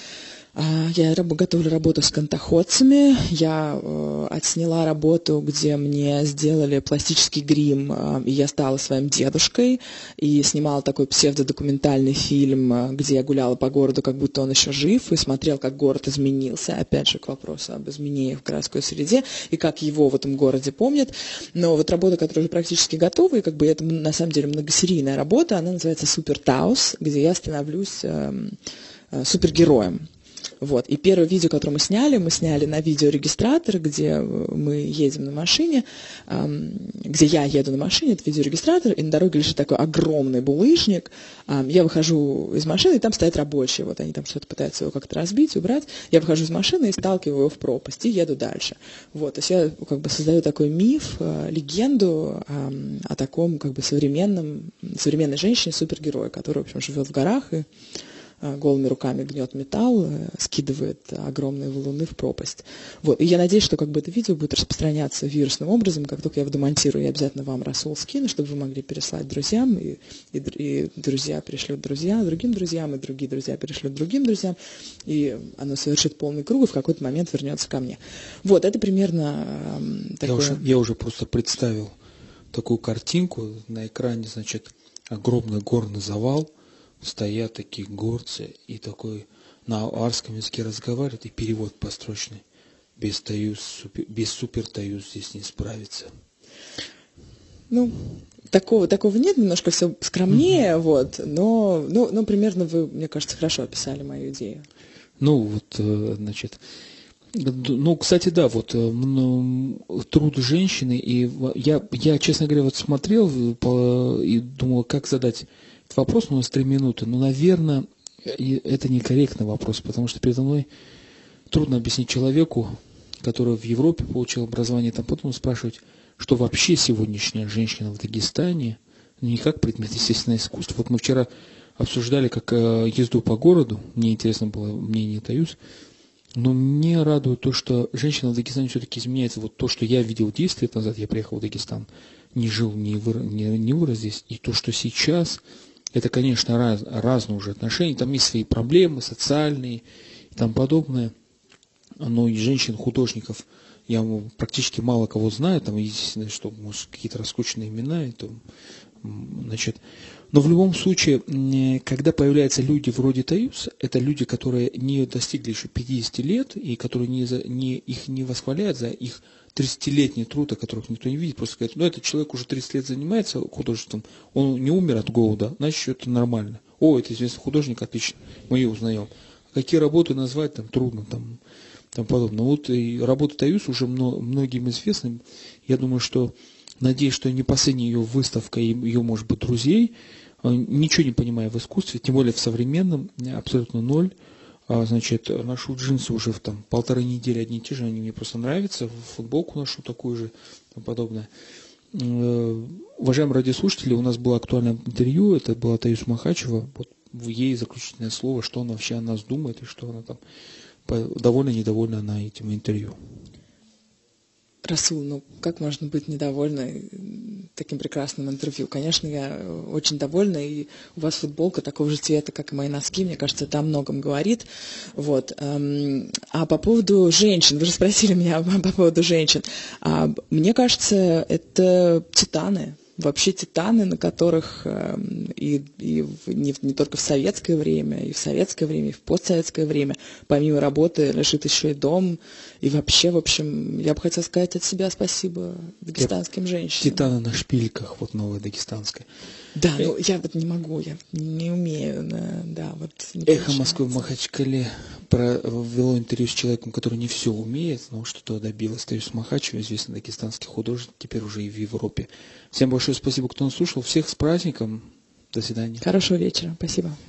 Я готовлю работу с кантоходцами, я э, отсняла работу, где мне сделали пластический грим, э, и я стала своим дедушкой, и снимала такой псевдодокументальный фильм, э, где я гуляла по городу, как будто он еще жив, и смотрел, как город изменился, опять же, к вопросу об изменениях в городской среде, и как его в этом городе помнят. Но вот работа, которая уже практически готова, и как бы это на самом деле многосерийная работа, она называется «Супер Таус», где я становлюсь э, э, супергероем. Вот. И первое видео, которое мы сняли, мы сняли на видеорегистратор, где мы едем на машине, эм, где я еду на машине, это видеорегистратор, и на дороге лежит такой огромный булыжник. Эм, я выхожу из машины, и там стоят рабочие, вот они там что-то пытаются его как-то разбить, убрать. Я выхожу из машины и сталкиваю его в пропасть, и еду дальше. Вот. То есть я как бы создаю такой миф, э, легенду э, о таком как бы современном, современной женщине-супергерое, которая, в общем, живет в горах и голыми руками гнет металл, скидывает огромные валуны в пропасть. Вот. И я надеюсь, что как бы это видео будет распространяться вирусным образом. Как только я его демонтирую, я обязательно вам, Расул, скину, чтобы вы могли переслать друзьям, и, и, и друзья перешлют друзья другим друзьям, и другие друзья перешлют другим друзьям, и оно совершит полный круг, и в какой-то момент вернется ко мне. Вот, это примерно э, такое... Я уже, я уже просто представил такую картинку на экране, значит, огромный горный завал, стоят такие горцы, и такой на арском языке разговаривают, и перевод построчный. Без таюз, супер, без супер таюз здесь не справится. Ну, такого, такого нет, немножко все скромнее, mm-hmm. вот, но, ну, ну, примерно вы, мне кажется, хорошо описали мою идею. Ну, вот, значит, ну, кстати, да, вот, труд женщины, и я, я, честно говоря, вот смотрел и думал, как задать этот вопрос, но у нас три минуты, но, наверное, это некорректный вопрос, потому что передо мной трудно объяснить человеку, который в Европе получил образование, там потом спрашивать, что вообще сегодняшняя женщина в Дагестане не как предмет естественного искусства. Вот мы вчера обсуждали как езду по городу, мне интересно было мнение Таюз, но мне радует то, что женщина в Дагестане все-таки изменяется. Вот то, что я видел десять лет назад, я приехал в Дагестан, не жил, не, выр, не, не вырос здесь, и то, что сейчас, это, конечно, раз, разные уже отношения, там есть свои проблемы социальные и тому подобное, но и женщин-художников я практически мало кого знаю, там единственное, что, может, какие-то раскрученные имена, и то, значит, но в любом случае, когда появляются люди вроде Таюз, это люди, которые не достигли еще пятидесяти лет, и которые не, не, их не восхваляют за их тридцатилетний труд, о которых никто не видит, просто говорят, ну, этот человек уже тридцать лет занимается художеством, он не умер от голода, значит, это нормально. О, это известный художник, отлично, мы ее узнаем. Какие работы назвать, там, трудно, там, там подобное. Вот и работа Таюз уже многим известным. Я думаю, что, надеюсь, что не последняя ее выставка и ее, может быть, друзей, ничего не понимая в искусстве, тем более в современном, абсолютно ноль. Значит, ношу джинсы уже в там, полторы недели одни и те же, они мне просто нравятся, футболку ношу такую же, там подобное. Уважаемые радиослушатели, у нас было актуальное интервью, это была Таюз Махачева, вот ей заключительное слово, что она вообще о нас думает, и что она там, довольна, недовольна она этим интервью. Расул, ну как можно быть недовольной таким прекрасным интервью? Конечно, я очень довольна, и у вас футболка такого же цвета, как и мои носки, мне кажется, это о многом говорит. Вот. А по поводу женщин, вы же спросили меня по поводу женщин. А мне кажется, это титаны. Вообще титаны, на которых э, и, и в, не, не только в советское время, и в советское время, и в постсоветское время, помимо работы, лежит еще и дом. И вообще, в общем, я бы хотела сказать от себя спасибо дагестанским я, женщинам. Титаны на шпильках, вот новая дагестанская. Да, э... ну я вот не могу, я не умею, да, вот. Эхо Москвы в Махачкале провело интервью с человеком, который не все умеет, но что-то добилось. Таюз Махачева, известный дагестанский художник, теперь уже и в Европе. Всем большое спасибо, кто нас слушал. Всех с праздником. До свидания. Хорошего вечера. Спасибо.